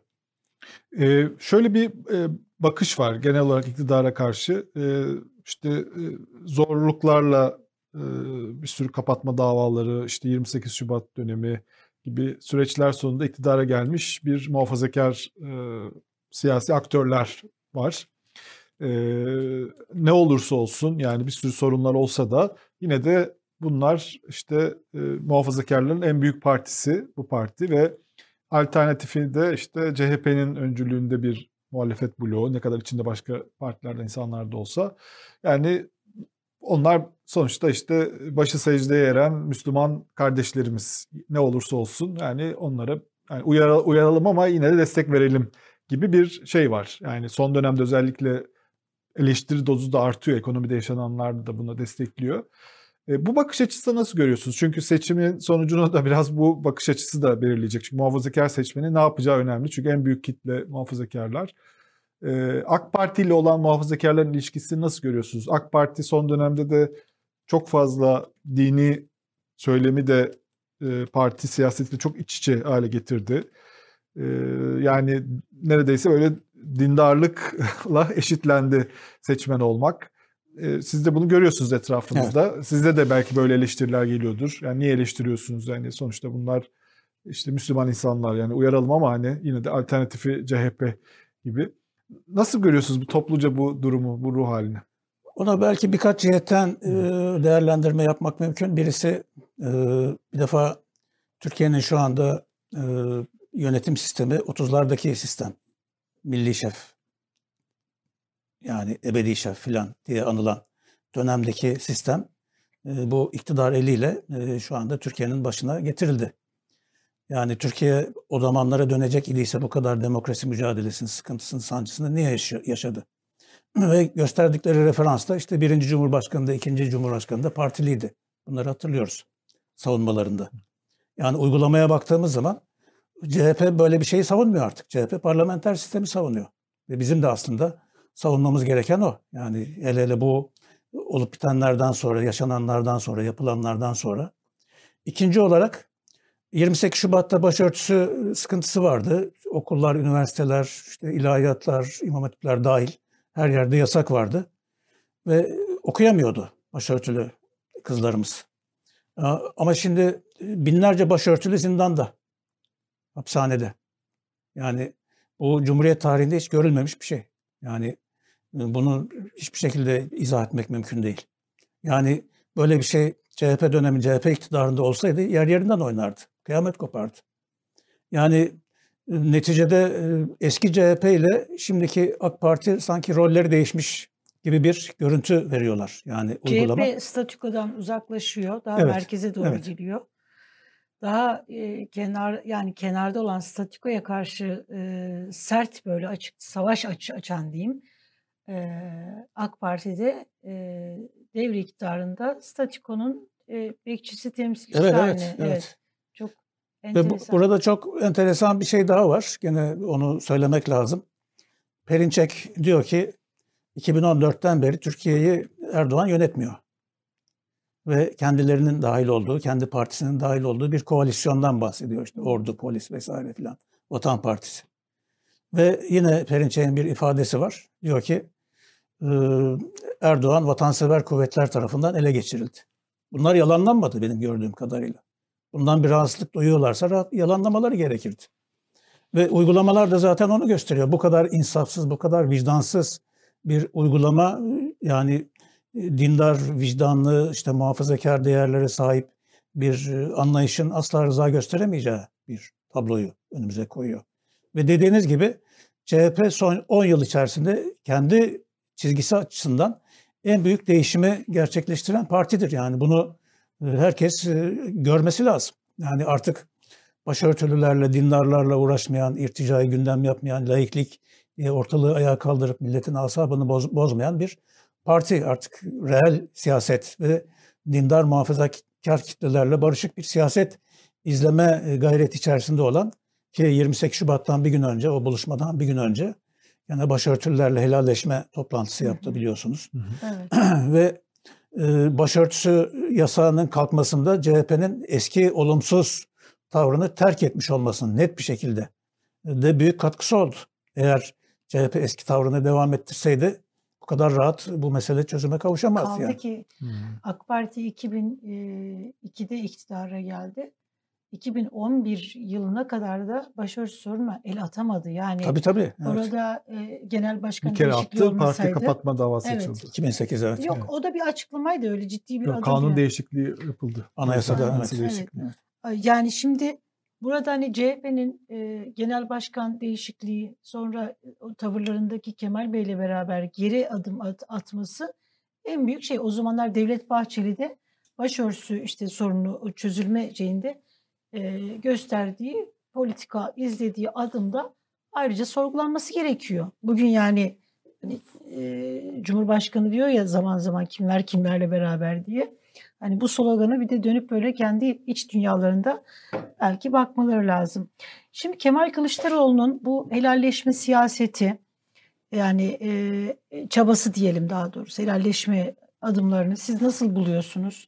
Ee, şöyle bir e, bakış var genel olarak iktidara karşı. Ee, işte e, zorluklarla e, bir sürü kapatma davaları, işte yirmi sekiz Şubat dönemi gibi süreçler sonunda iktidara gelmiş bir muhafazakar e, siyasi aktörler var. Ee, ne olursa olsun yani bir sürü sorunlar olsa da yine de bunlar işte e, muhafazakarların en büyük partisi bu parti ve alternatifi de işte C H P'nin öncülüğünde bir muhalefet bloğu, ne kadar içinde başka partilerden insanlar da olsa. Yani onlar sonuçta işte başı secdeye eren Müslüman kardeşlerimiz, ne olursa olsun yani onlara yani uyar, uyaralım ama yine de destek verelim gibi bir şey var. Yani son dönemde özellikle eleştiri dozu da artıyor. Ekonomide yaşananlar da buna destekliyor. E, bu bakış açısı nasıl görüyorsunuz? Çünkü seçimin sonucunu da biraz bu bakış açısı da belirleyecek. Çünkü muhafazakar seçmenin ne yapacağı önemli. Çünkü en büyük kitle muhafazakarlar. E, AK Parti ile olan muhafazakarların ilişkisini nasıl görüyorsunuz? AK Parti son dönemde de çok fazla dini söylemi de e, parti siyasetinde çok iç içe hale getirdi. E, yani neredeyse böyle dindarlıkla eşitlendi seçmen olmak. Siz de bunu görüyorsunuz etrafınızda. Evet. Sizde de belki böyle eleştiriler geliyordur. Yani niye eleştiriyorsunuz? Yani sonuçta bunlar işte Müslüman insanlar. Yani uyaralım ama hani yine de alternatifi C H P gibi. Nasıl görüyorsunuz bu topluca bu durumu, bu ruh halini? Ona belki birkaç cihetten değerlendirme yapmak mümkün. Birisi bir defa Türkiye'nin şu anda yönetim sistemi otuzlardaki sistem. Milli şef, yani ebedi şef filan diye anılan dönemdeki sistem e, bu iktidar eliyle e, şu anda Türkiye'nin başına getirildi. Yani Türkiye o zamanlara dönecek idiyse bu kadar demokrasi mücadelesinin sıkıntısını, sancısını niye yaşadı? Ve gösterdikleri referans da işte birinci Cumhurbaşkanı da ikinci Cumhurbaşkanı da partiliydi. Bunları hatırlıyoruz savunmalarında. Yani uygulamaya baktığımız zaman C H P böyle bir şeyi savunmuyor artık. C H P parlamenter sistemi savunuyor. Ve bizim de aslında savunmamız gereken o. Yani hele hele bu olup bitenlerden sonra, yaşananlardan sonra, yapılanlardan sonra. İkinci olarak yirmi sekiz Şubat'ta başörtüsü sıkıntısı vardı. Okullar, üniversiteler, işte ilahiyatlar, imam hatipler dahil her yerde yasak vardı. Ve okuyamıyordu başörtülü kızlarımız. Ama şimdi binlerce başörtülü zindanda, hapishanede. Yani bu Cumhuriyet tarihinde hiç görülmemiş bir şey. Yani bunu hiçbir şekilde izah etmek mümkün değil. Yani böyle bir şey C H P dönemi, C H P iktidarında olsaydı yer yerinden oynardı. Kıyamet kopardı. Yani neticede eski C H P ile şimdiki AK Parti sanki rolleri değişmiş gibi bir görüntü veriyorlar. Yani uygulama. C H P statükodan uzaklaşıyor, daha Evet, merkeze doğru evet. gidiyor. Daha e, kenar yani kenarda olan statükoya karşı e, sert böyle açık savaş aç, açan diyeyim. E, AK Parti'de e, devri iktidarında statükonun e, bekçisi temsilcisi Evet, haline. evet, Evet. evet. Çok Ve bu, enteresan. burada çok enteresan bir şey daha var. Gene onu söylemek lazım. Perinçek diyor ki iki bin on dörtten beri Türkiye'yi Erdoğan yönetmiyor. Ve kendilerinin dahil olduğu, kendi partisinin dahil olduğu bir koalisyondan bahsediyor. İşte ordu, polis vesaire filan. Vatan Partisi. Ve yine Perinçek'in bir ifadesi var. Diyor ki Erdoğan vatansever kuvvetler tarafından ele geçirildi. Bunlar yalanlanmadı benim gördüğüm kadarıyla. Bundan bir rahatsızlık duyuyorlarsa rahat, yalanlamaları gerekirdi. Ve uygulamalar da zaten onu gösteriyor. Bu kadar insafsız, bu kadar vicdansız bir uygulama, yani dindar, vicdanlı, işte muhafazakar değerlere sahip bir anlayışın asla rıza gösteremeyeceği bir tabloyu önümüze koyuyor. Ve dediğiniz gibi C H P son on yıl içerisinde kendi çizgisi açısından en büyük değişimi gerçekleştiren partidir. Yani bunu herkes görmesi lazım. Yani artık başörtülülerle, dindarlarla uğraşmayan, irticayı gündem yapmayan, laiklik ortalığı ayağa kaldırıp milletin asabını boz, bozmayan bir parti. Artık reel siyaset ve dindar muhafazakar kitlelerle barışık bir siyaset izleme gayreti içerisinde olan, ki yirmi sekiz Şubat'tan bir gün önce, o buluşmadan bir gün önce yani başörtülerle helalleşme toplantısı yaptı biliyorsunuz. Evet. Ve e, başörtüsü yasağının kalkmasında C H P'nin eski olumsuz tavrını terk etmiş olmasının net bir şekilde de büyük katkısı oldu. Eğer C H P eski tavrını devam ettirseydi bu kadar rahat bu mesele çözüme kavuşamazdı. Kaldı yani. ki AK Parti iki bin ikide iktidara geldi. iki bin on bir yılına kadar da başörtüsü sorununa el atamadı. Yani Tabii tabii. Evet. orada e, genel başkan Bir kere değişikliği attı, olmasaydı. parti kapatma davası Evet. açıldı. iki bin sekiz evet. Yok Evet. o da bir açıklamaydı, öyle ciddi bir Yok, adım. kanun yani. değişikliği yapıldı. Anayasada evet. Anayasa değişikliği. Yani şimdi burada hani C H P'nin e, genel başkan değişikliği, sonra o tavırlarındaki Kemal Bey'le beraber geri adım at, atması en büyük şey. O zamanlar Devlet Bahçeli de başörtüsü işte sorunu çözülme şeyinde e, gösterdiği politika, izlediği adımda ayrıca sorgulanması gerekiyor. Bugün yani hani, e, Cumhurbaşkanı diyor ya zaman zaman kimler kimlerle beraber diye. Hani bu slogana bir de dönüp böyle kendi iç dünyalarında belki bakmaları lazım. Şimdi Kemal Kılıçdaroğlu'nun bu helalleşme siyaseti, yani e, çabası diyelim daha doğrusu, helalleşme adımlarını siz nasıl buluyorsunuz?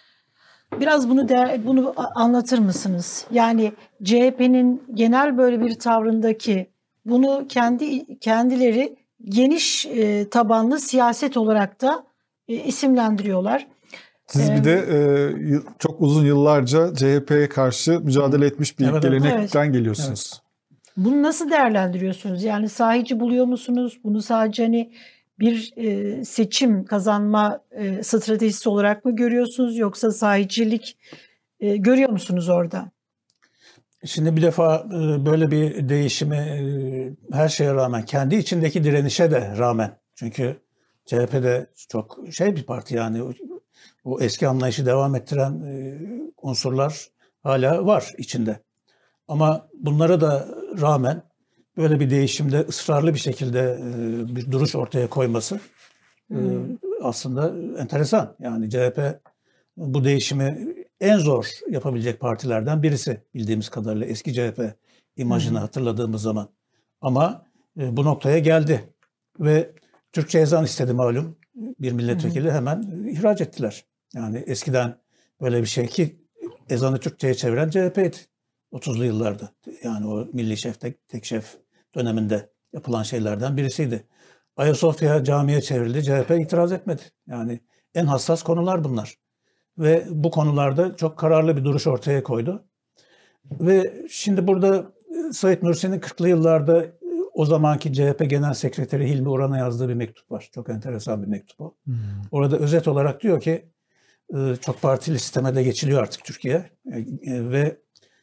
Biraz bunu de, bunu anlatır mısınız? Yani C H P'nin genel böyle bir tavrındaki bunu kendi kendileri geniş e, tabanlı siyaset olarak da e, isimlendiriyorlar. Siz bir de e, çok uzun yıllarca C H P'ye karşı mücadele etmiş bir evet, gelenekten evet. geliyorsunuz. Evet. Bunu nasıl değerlendiriyorsunuz? Yani sahici buluyor musunuz? Bunu sadece hani bir e, seçim kazanma e, stratejisi olarak mı görüyorsunuz? Yoksa sahicilik e, görüyor musunuz orada? Şimdi bir defa böyle bir değişimi her şeye rağmen, kendi içindeki direnişe de rağmen, çünkü C H P'de çok şey bir parti, yani o eski anlayışı devam ettiren unsurlar hala var içinde. Ama bunlara da rağmen böyle bir değişimde ısrarlı bir şekilde bir duruş ortaya koyması hmm. aslında enteresan. Yani C H P bu değişimi en zor yapabilecek partilerden birisi bildiğimiz kadarıyla, eski C H P imajını hmm. hatırladığımız zaman. Ama bu noktaya geldi ve Türkçe ezan istedi malum. Bir milletvekili hemen ihraç ettiler. Yani eskiden böyle bir şey, ki ezanı Türkçe'ye çeviren C H P'ydi otuzlu yıllarda. Yani o milli şef, tek, tek şef döneminde yapılan şeylerden birisiydi. Ayasofya camiye çevrildi, C H P itiraz etmedi. Yani en hassas konular bunlar. Ve bu konularda çok kararlı bir duruş ortaya koydu. Ve şimdi burada Said Nursi'nin kırklı yıllarda o zamanki C H P Genel Sekreteri Hilmi Uran'a yazdığı bir mektup var. Çok enteresan bir mektup o. Hmm. Orada özet olarak diyor ki çok partili sisteme de geçiliyor artık Türkiye ve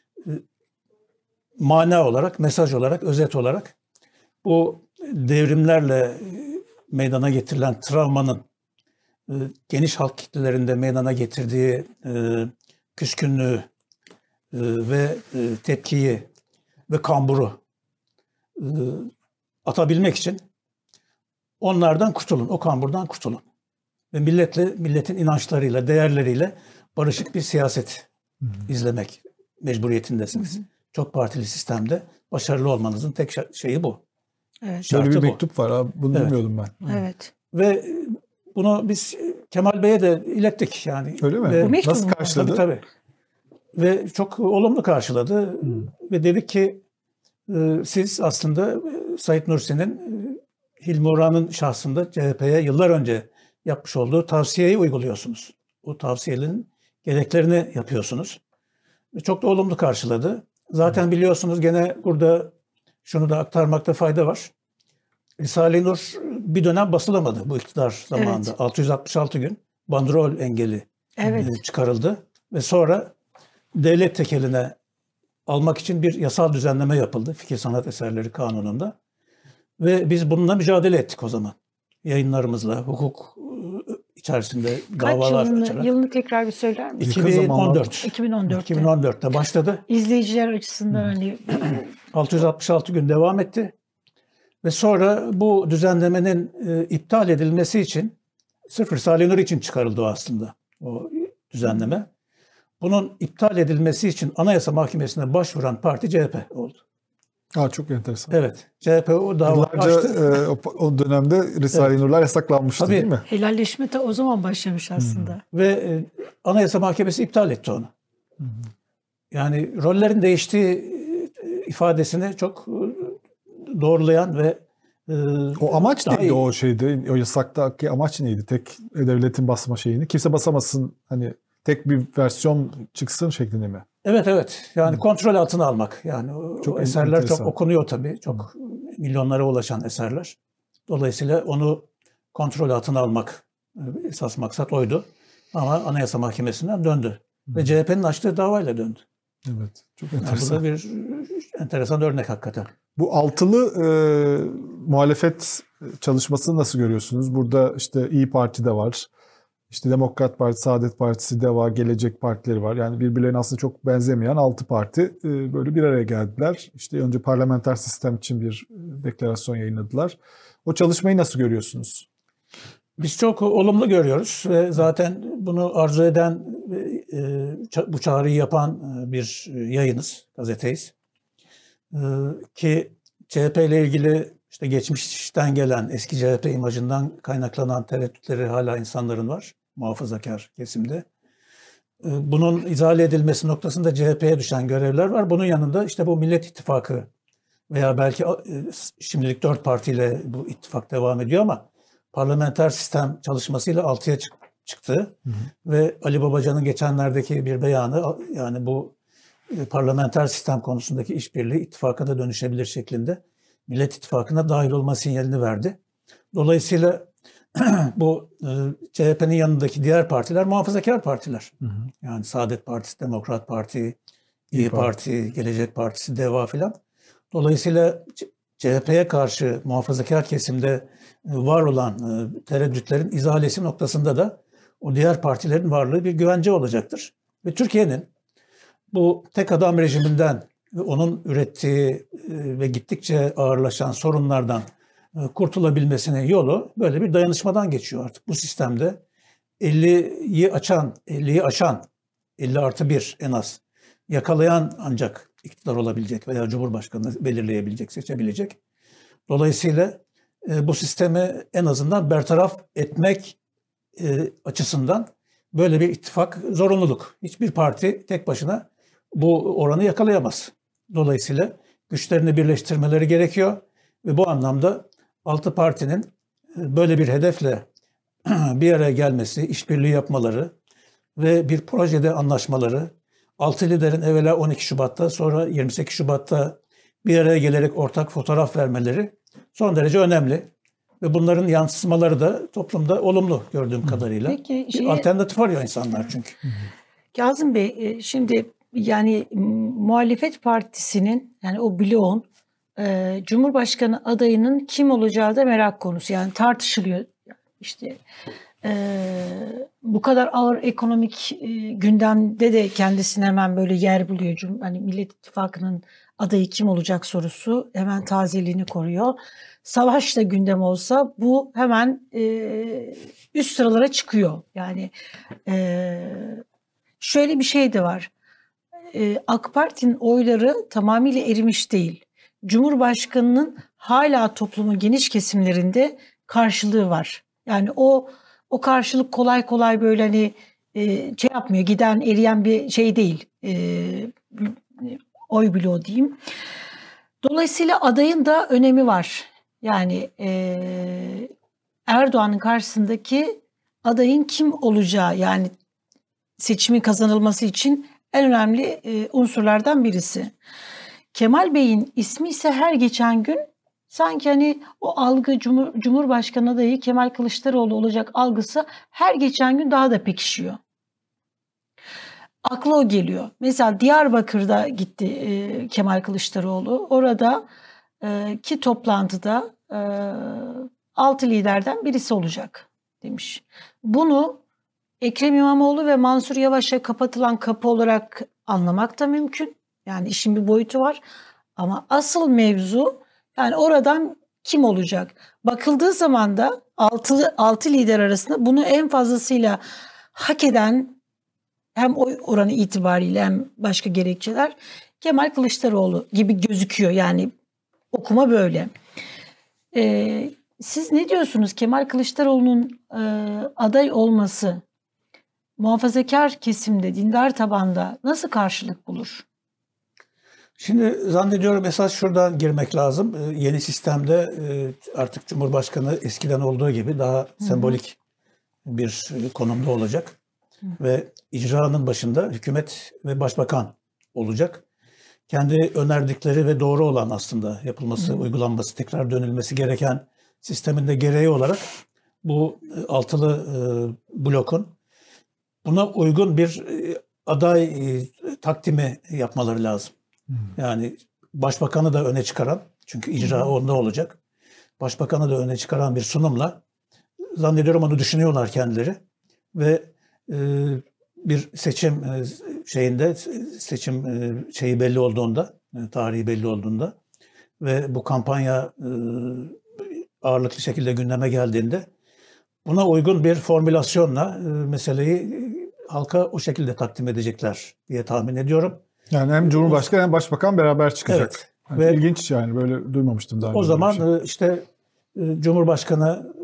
mana olarak, mesaj olarak, özet olarak bu devrimlerle meydana getirilen travmanın geniş halk kitlelerinde meydana getirdiği küskünlüğü ve tepkiyi ve kamburu atabilmek için onlardan kurtulun, o kamburdan kurtulun. Ve milletle, milletin inançlarıyla, değerleriyle barışık bir siyaset hmm. izlemek mecburiyetindesiniz. Hmm. Çok partili sistemde başarılı olmanızın tek şeyi bu. Evet. Şöyle bir mektup bu. var abi, bunu evet. bilmiyordum ben. Evet. Ve bunu biz Kemal Bey'e de ilettik yani. Öyle mi? Ve nasıl karşıladı? Tabii, tabii. Ve çok olumlu karşıladı. Hmm. Ve dedik ki siz aslında Said Nursi'nin Hilmi Uran'ın şahsında C H P'ye yıllar önce yapmış olduğu tavsiyeyi uyguluyorsunuz. O tavsiyelerin gereklerini yapıyorsunuz. Çok da olumlu karşıladı. Zaten biliyorsunuz, gene burada şunu da aktarmakta fayda var. Risale-i Nur bir dönem basılamadı bu iktidar zamanında. Evet. altı yüz altmış altı gün bandrol engeli evet. çıkarıldı. Ve sonra devlet tekeline almak için bir yasal düzenleme yapıldı Fikir Sanat Eserleri Kanunu'nda. Ve biz bununla mücadele ettik o zaman. Yayınlarımızla, hukuk içerisinde davalar Kaç yılını, açarak. yılını tekrar bir söyler misin? iki bin on dört. iki bin on dörtte. iki bin on dörtte başladı. İzleyiciler açısından hani altı yüz altmış altı gün devam etti. Ve sonra bu düzenlemenin e, iptal edilmesi için, sırf Risale-i Nur için çıkarıldı aslında o düzenleme. Bunun iptal edilmesi için Anayasa Mahkemesi'ne başvuran parti C H P oldu. Aa, çok enteresan. Evet. C H P o dava Yıllarca, açtı. E, o, o dönemde Risale-i Nurlar evet. yasaklanmıştı. Tabii. Değil mi? Helalleşme de o zaman başlamış aslında. Hmm. Ve e, Anayasa Mahkemesi iptal etti onu. Hmm. Yani rollerin değiştiği e, ifadesini çok e, doğrulayan ve e, o amaç neydi iyi. O şeyde? O yasaktaki amaç neydi? Tek devletin basma şeyini. Kimse basamasın, hani tek bir versiyon çıksın şeklinde mi? Evet evet. Yani hmm. kontrol altına almak. Yani o, çok o eserler enteresan. Çok okunuyor tabii. Çok hmm. milyonlara ulaşan eserler. Dolayısıyla onu kontrol altına almak esas maksat oydu. Ama Anayasa Mahkemesi'nden döndü. Hmm. Ve C H P'nin açtığı davayla döndü. Evet. Çok enteresan. Yani bu da bir enteresan örnek hakikaten. Bu altılı e, muhalefet çalışmasını nasıl görüyorsunuz? Burada işte İYİ Parti de var. İşte Demokrat Parti, Saadet Partisi, DEVA, Gelecek partileri var. Yani birbirlerine aslında çok benzemeyen altı parti böyle bir araya geldiler. İşte önce parlamenter sistem için bir deklarasyon yayınladılar. O çalışmayı nasıl görüyorsunuz? Biz çok olumlu görüyoruz ve zaten bunu arzu eden, bu çağrıyı yapan bir yayınız, gazeteyiz. Ki C H P ile ilgili işte geçmişten gelen eski C H P imajından kaynaklanan tereddütleri hala insanların var, muhafazakar kesimde. Bunun izale edilmesi noktasında C H P'ye düşen görevler var. Bunun yanında işte bu Millet İttifakı veya belki şimdilik dört partiyle bu ittifak devam ediyor ama parlamenter sistem çalışmasıyla altıya çıktı. Hı hı. Ve Ali Babacan'ın geçenlerdeki bir beyanı, yani bu parlamenter sistem konusundaki işbirliği ittifaka da dönüşebilir şeklinde Millet İttifakı'na dahil olma sinyalini verdi. Dolayısıyla bu C H P'nin yanındaki diğer partiler muhafazakar partiler. Hı hı. Yani Saadet Partisi, Demokrat Parti, İyi Parti, Gelecek Partisi, DEVA filan. Dolayısıyla C H P'ye karşı muhafazakar kesimde var olan tereddütlerin izalesi noktasında da o diğer partilerin varlığı bir güvence olacaktır. Ve Türkiye'nin bu tek adam rejiminden ve onun ürettiği ve gittikçe ağırlaşan sorunlardan kurtulabilmesinin yolu böyle bir dayanışmadan geçiyor artık. Bu sistemde elliyi açan, elliyi aşan, elli artı bir en az yakalayan ancak iktidar olabilecek veya Cumhurbaşkanı belirleyebilecek, seçebilecek. Dolayısıyla e, bu sistemi en azından bertaraf etmek e, açısından böyle bir ittifak zorunluluk. Hiçbir parti tek başına bu oranı yakalayamaz. Dolayısıyla güçlerini birleştirmeleri gerekiyor ve bu anlamda altı partinin e, böyle bir hedefle bir araya gelmesi, işbirliği yapmaları ve bir projede anlaşmaları, altı liderin evvela on iki Şubat'ta sonra yirmi sekiz Şubat'ta bir araya gelerek ortak fotoğraf vermeleri son derece önemli. Ve bunların yansımaları da toplumda olumlu gördüğüm kadarıyla. Peki, bir şeye, alternatif arıyor insanlar çünkü. Kazım Bey, şimdi yani muhalefet partisinin yani o bloğun e, Cumhurbaşkanı adayının kim olacağı da merak konusu. Yani tartışılıyor. İşte Ee, bu kadar ağır ekonomik e, gündemde de kendisine hemen böyle yer buluyor. Hani Millet İttifakı'nın adayı kim olacak sorusu hemen tazeliğini koruyor. Savaş da gündem olsa bu hemen e, üst sıralara çıkıyor. Yani e, şöyle bir şey de var. E, AK Parti'nin oyları tamamıyla erimiş değil. Cumhurbaşkanının hala toplumun geniş kesimlerinde karşılığı var. Yani o O karşılık kolay kolay böyle hani e, şey yapmıyor, giden eriyen bir şey değil. E, oy bloğu diyeyim. Dolayısıyla adayın da önemi var. Yani e, Erdoğan'ın karşısındaki adayın kim olacağı yani seçimin kazanılması için en önemli e, unsurlardan birisi. Kemal Bey'in ismi ise her geçen gün sanki hani o algı Cumhur, Cumhurbaşkanı adayı Kemal Kılıçdaroğlu olacak algısı her geçen gün daha da pekişiyor. Akla o geliyor. Mesela Diyarbakır'da gitti e, Kemal Kılıçdaroğlu. Orada e, ki toplantıda e, altı liderden birisi olacak demiş. Bunu Ekrem İmamoğlu ve Mansur Yavaş'a kapatılan kapı olarak anlamak da mümkün. Yani işin bir boyutu var. Ama asıl mevzu yani oradan kim olacak? Bakıldığı zaman da altı, altı lider arasında bunu en fazlasıyla hak eden hem oy oranı itibariyle hem başka gerekçeler Kemal Kılıçdaroğlu gibi gözüküyor. Yani okuma böyle. Ee, siz ne diyorsunuz? Kemal Kılıçdaroğlu'nun e, aday olması muhafazakar kesimde, dindar tabanda nasıl karşılık bulur? Şimdi zannediyorum esas şuradan girmek lazım. Ee, yeni sistemde e, artık Cumhurbaşkanı eskiden olduğu gibi daha Hı-hı. sembolik bir konumda olacak. Hı-hı. Ve icranın başında hükümet ve başbakan olacak. Kendi önerdikleri ve doğru olan aslında yapılması, Hı-hı. uygulanması, tekrar dönülmesi gereken sistemin de gereği olarak bu altılı e, blokun buna uygun bir e, aday e, takdimi yapmaları lazım. Yani başbakanı da öne çıkaran, çünkü icra onda olacak. Başbakanı da öne çıkaran bir sunumla zannediyorum onu düşünüyorlar kendileri ve e, bir seçim e, şeyinde seçim e, şeyi belli olduğunda, e, tarihi belli olduğunda ve bu kampanya e, ağırlıklı şekilde gündeme geldiğinde buna uygun bir formülasyonla e, meseleyi e, halka o şekilde takdim edecekler diye tahmin ediyorum. Yani hem Cumhurbaşkanı hem Başbakan beraber çıkacak. Evet. Yani ve ilginç yani böyle duymamıştım daha önce. O zaman şey. işte Cumhurbaşkanı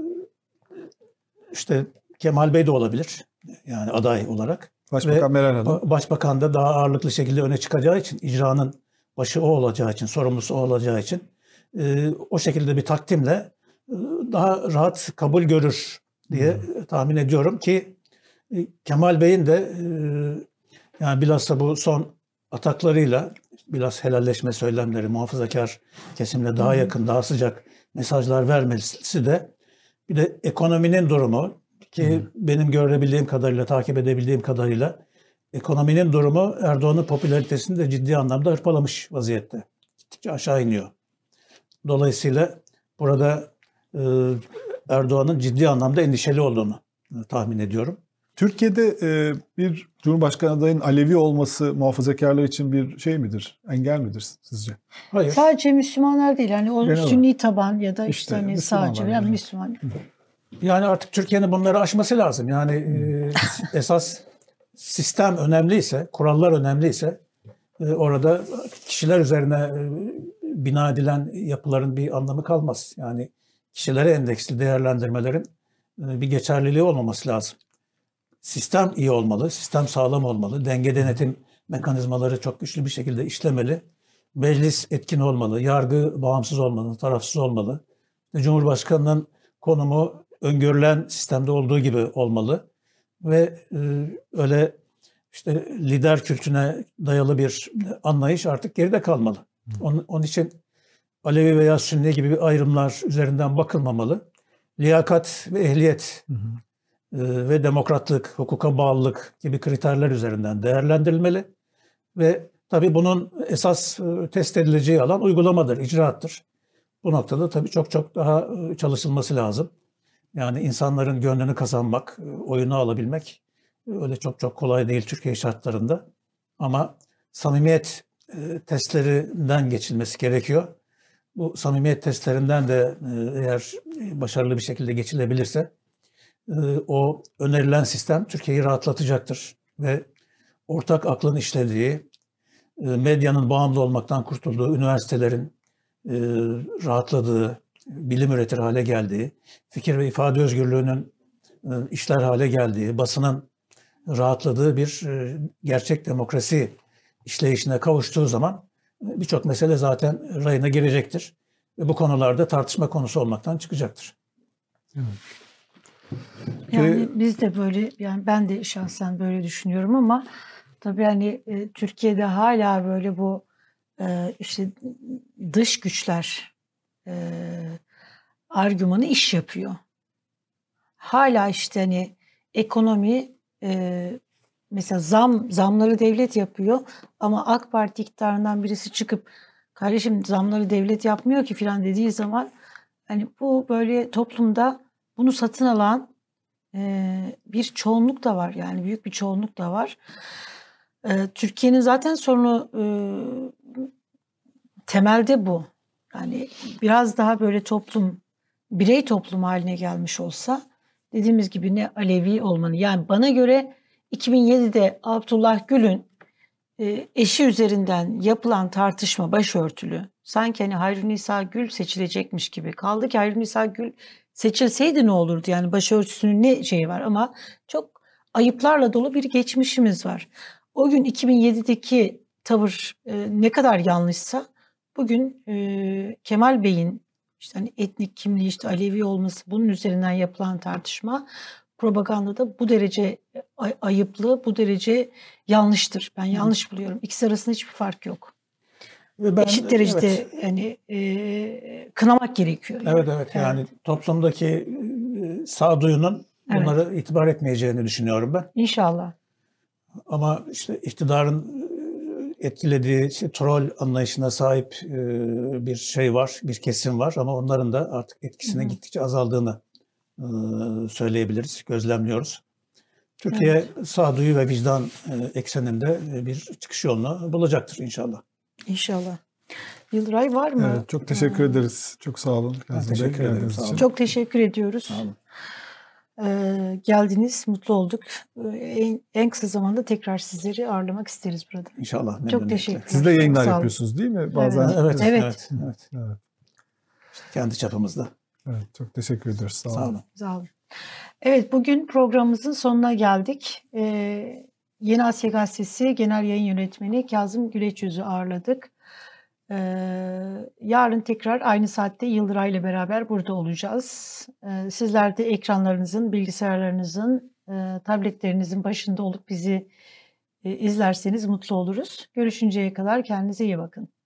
işte Kemal Bey de olabilir. Yani aday olarak. Başbakan Meral Hanım. Başbakan da daha ağırlıklı şekilde öne çıkacağı için, icranın başı o olacağı için, sorumlusu o olacağı için o şekilde bir takdimle daha rahat kabul görür diye hmm. tahmin ediyorum ki Kemal Bey'in de yani bilhassa bu son ataklarıyla biraz helalleşme söylemleri, muhafazakar kesimle daha yakın, daha sıcak mesajlar vermesi de bir de ekonominin durumu ki hmm. benim görebildiğim kadarıyla, takip edebildiğim kadarıyla ekonominin durumu Erdoğan'ın popülaritesini de ciddi anlamda hırpalamış vaziyette. Gittikçe aşağı iniyor. Dolayısıyla burada e, Erdoğan'ın ciddi anlamda endişeli olduğunu e, tahmin ediyorum. Türkiye'de e, bir Cumhurbaşkanı adayının Alevi olması muhafazakarlar için bir şey midir? Engel midir sizce? Hayır. Sadece Müslümanlar değil. Yani o Genel Sünni taban ya da işte, İşte hani Müslümanlar sadece yani yani. Müslüman. Yani artık Türkiye'nin bunları aşması lazım. Yani e, esas sistem önemliyse, kurallar önemliyse e, orada kişiler üzerine e, bina edilen yapıların bir anlamı kalmaz. Yani kişilere endeksli değerlendirmelerin e, bir geçerliliği olmaması lazım. Sistem iyi olmalı, sistem sağlam olmalı, denge denetim mekanizmaları çok güçlü bir şekilde işlemeli. Meclis etkin olmalı, yargı bağımsız olmalı, tarafsız olmalı. Cumhurbaşkanının konumu öngörülen sistemde olduğu gibi olmalı ve e, öyle işte lider kültüne dayalı bir anlayış artık geride kalmalı. Onun, onun için Alevi veya Sünni gibi bir ayrımlar üzerinden bakılmamalı. Liyakat ve ehliyet hı hı. E, ve demokratlık, hukuka bağlılık gibi kriterler üzerinden değerlendirilmeli ve tabii bunun esas e, test edileceği alan uygulamadır, icraattır. Bu noktada tabii çok çok daha e, çalışılması lazım. Yani insanların gönlünü kazanmak, oyunu alabilmek öyle çok çok kolay değil Türkiye şartlarında. Ama samimiyet e, testlerinden geçilmesi gerekiyor. Bu samimiyet testlerinden de e, eğer başarılı bir şekilde geçilebilirse e, o önerilen sistem Türkiye'yi rahatlatacaktır. Ve ortak aklın işlediği, e, medyanın bağımlı olmaktan kurtulduğu, üniversitelerin e, rahatladığı, bilim üretir hale geldiği, fikir ve ifade özgürlüğünün e, işler hale geldiği, basının rahatladığı bir e, gerçek demokrasi işleyişine kavuştuğu zaman e, birçok mesele zaten rayına girecektir. Ve bu konularda tartışma konusu olmaktan çıkacaktır. Evet. Yani ee, biz de böyle, yani ben de şahsen böyle düşünüyorum ama tabii hani e, Türkiye'de hala böyle bu e, işte dış güçler e, argümanı iş yapıyor. Hala işte hani ekonomi e, mesela zam zamları devlet yapıyor ama AK Parti iktidarından birisi çıkıp kardeşim zamları devlet yapmıyor ki filan dediği zaman hani bu böyle toplumda bunu satın alan e, bir çoğunluk da var, yani büyük bir çoğunluk da var. E, Türkiye'nin zaten sorunu e, temelde bu. Yani biraz daha böyle toplum, birey toplum haline gelmiş olsa, dediğimiz gibi ne Alevi olmanı, yani bana göre iki bin yedide Abdullah Gül'ün e, eşi üzerinden yapılan tartışma başörtülü, sanki hani Hayrunisa Gül seçilecekmiş gibi. Kaldı ki Hayrunisa Gül seçilseydi ne olurdu, yani başörtüsünün ne şeyi var, ama çok ayıplarla dolu bir geçmişimiz var. O gün iki bin yedideki tavır e, ne kadar yanlışsa, bugün e, Kemal Bey'in işte hani etnik kimliği, işte Alevi olması, bunun üzerinden yapılan tartışma propagandada bu derece ay- ayıplı, bu derece yanlıştır. Ben yanlış buluyorum. İkisi arasında hiçbir fark yok. Ve ben, eşit derecede evet, yani e, kınamak gerekiyor. Yani. Evet evet, yani evet, toplumdaki e, sağduyunun bunları evet, itibar etmeyeceğini düşünüyorum ben. İnşallah. Ama işte iktidarın etkilediği işte, troll anlayışına sahip e, bir şey var, bir kesim var ama onların da artık etkisine Hı-hı. gittikçe azaldığını e, söyleyebiliriz, gözlemliyoruz. Türkiye evet, sağduyu ve vicdan e, ekseninde bir çıkış yolunu bulacaktır inşallah. İnşallah. Yıldıray var mı? Evet, çok teşekkür hmm. ederiz. Çok sağ olun. Teşekkür ederim. Sağ olun. Çok teşekkür ediyoruz. Sağ olun. Ee, geldiniz, mutlu olduk. Ee, en, en kısa zamanda tekrar sizleri ağırlamak isteriz burada. İnşallah. Çok teşekkür ederim. Siz de yayınlar yapıyorsunuz değil mi? Bazen. Evet. Evet. Evet. evet. evet. İşte kendi çapımızda. Evet, çok teşekkür ederiz. Sağ olun. Sağ olun. Sağ olun. Evet, bugün programımızın sonuna geldik. Ee, Yeni Asya Gazetesi Genel Yayın Yönetmeni Kazım Güleçöz'ü ağırladık. Ee, yarın tekrar aynı saatte Yıldıray ile beraber burada olacağız. Ee, sizler de ekranlarınızın, bilgisayarlarınızın, e, tabletlerinizin başında olup bizi e, izlerseniz mutlu oluruz. Görüşünceye kadar kendinize iyi bakın.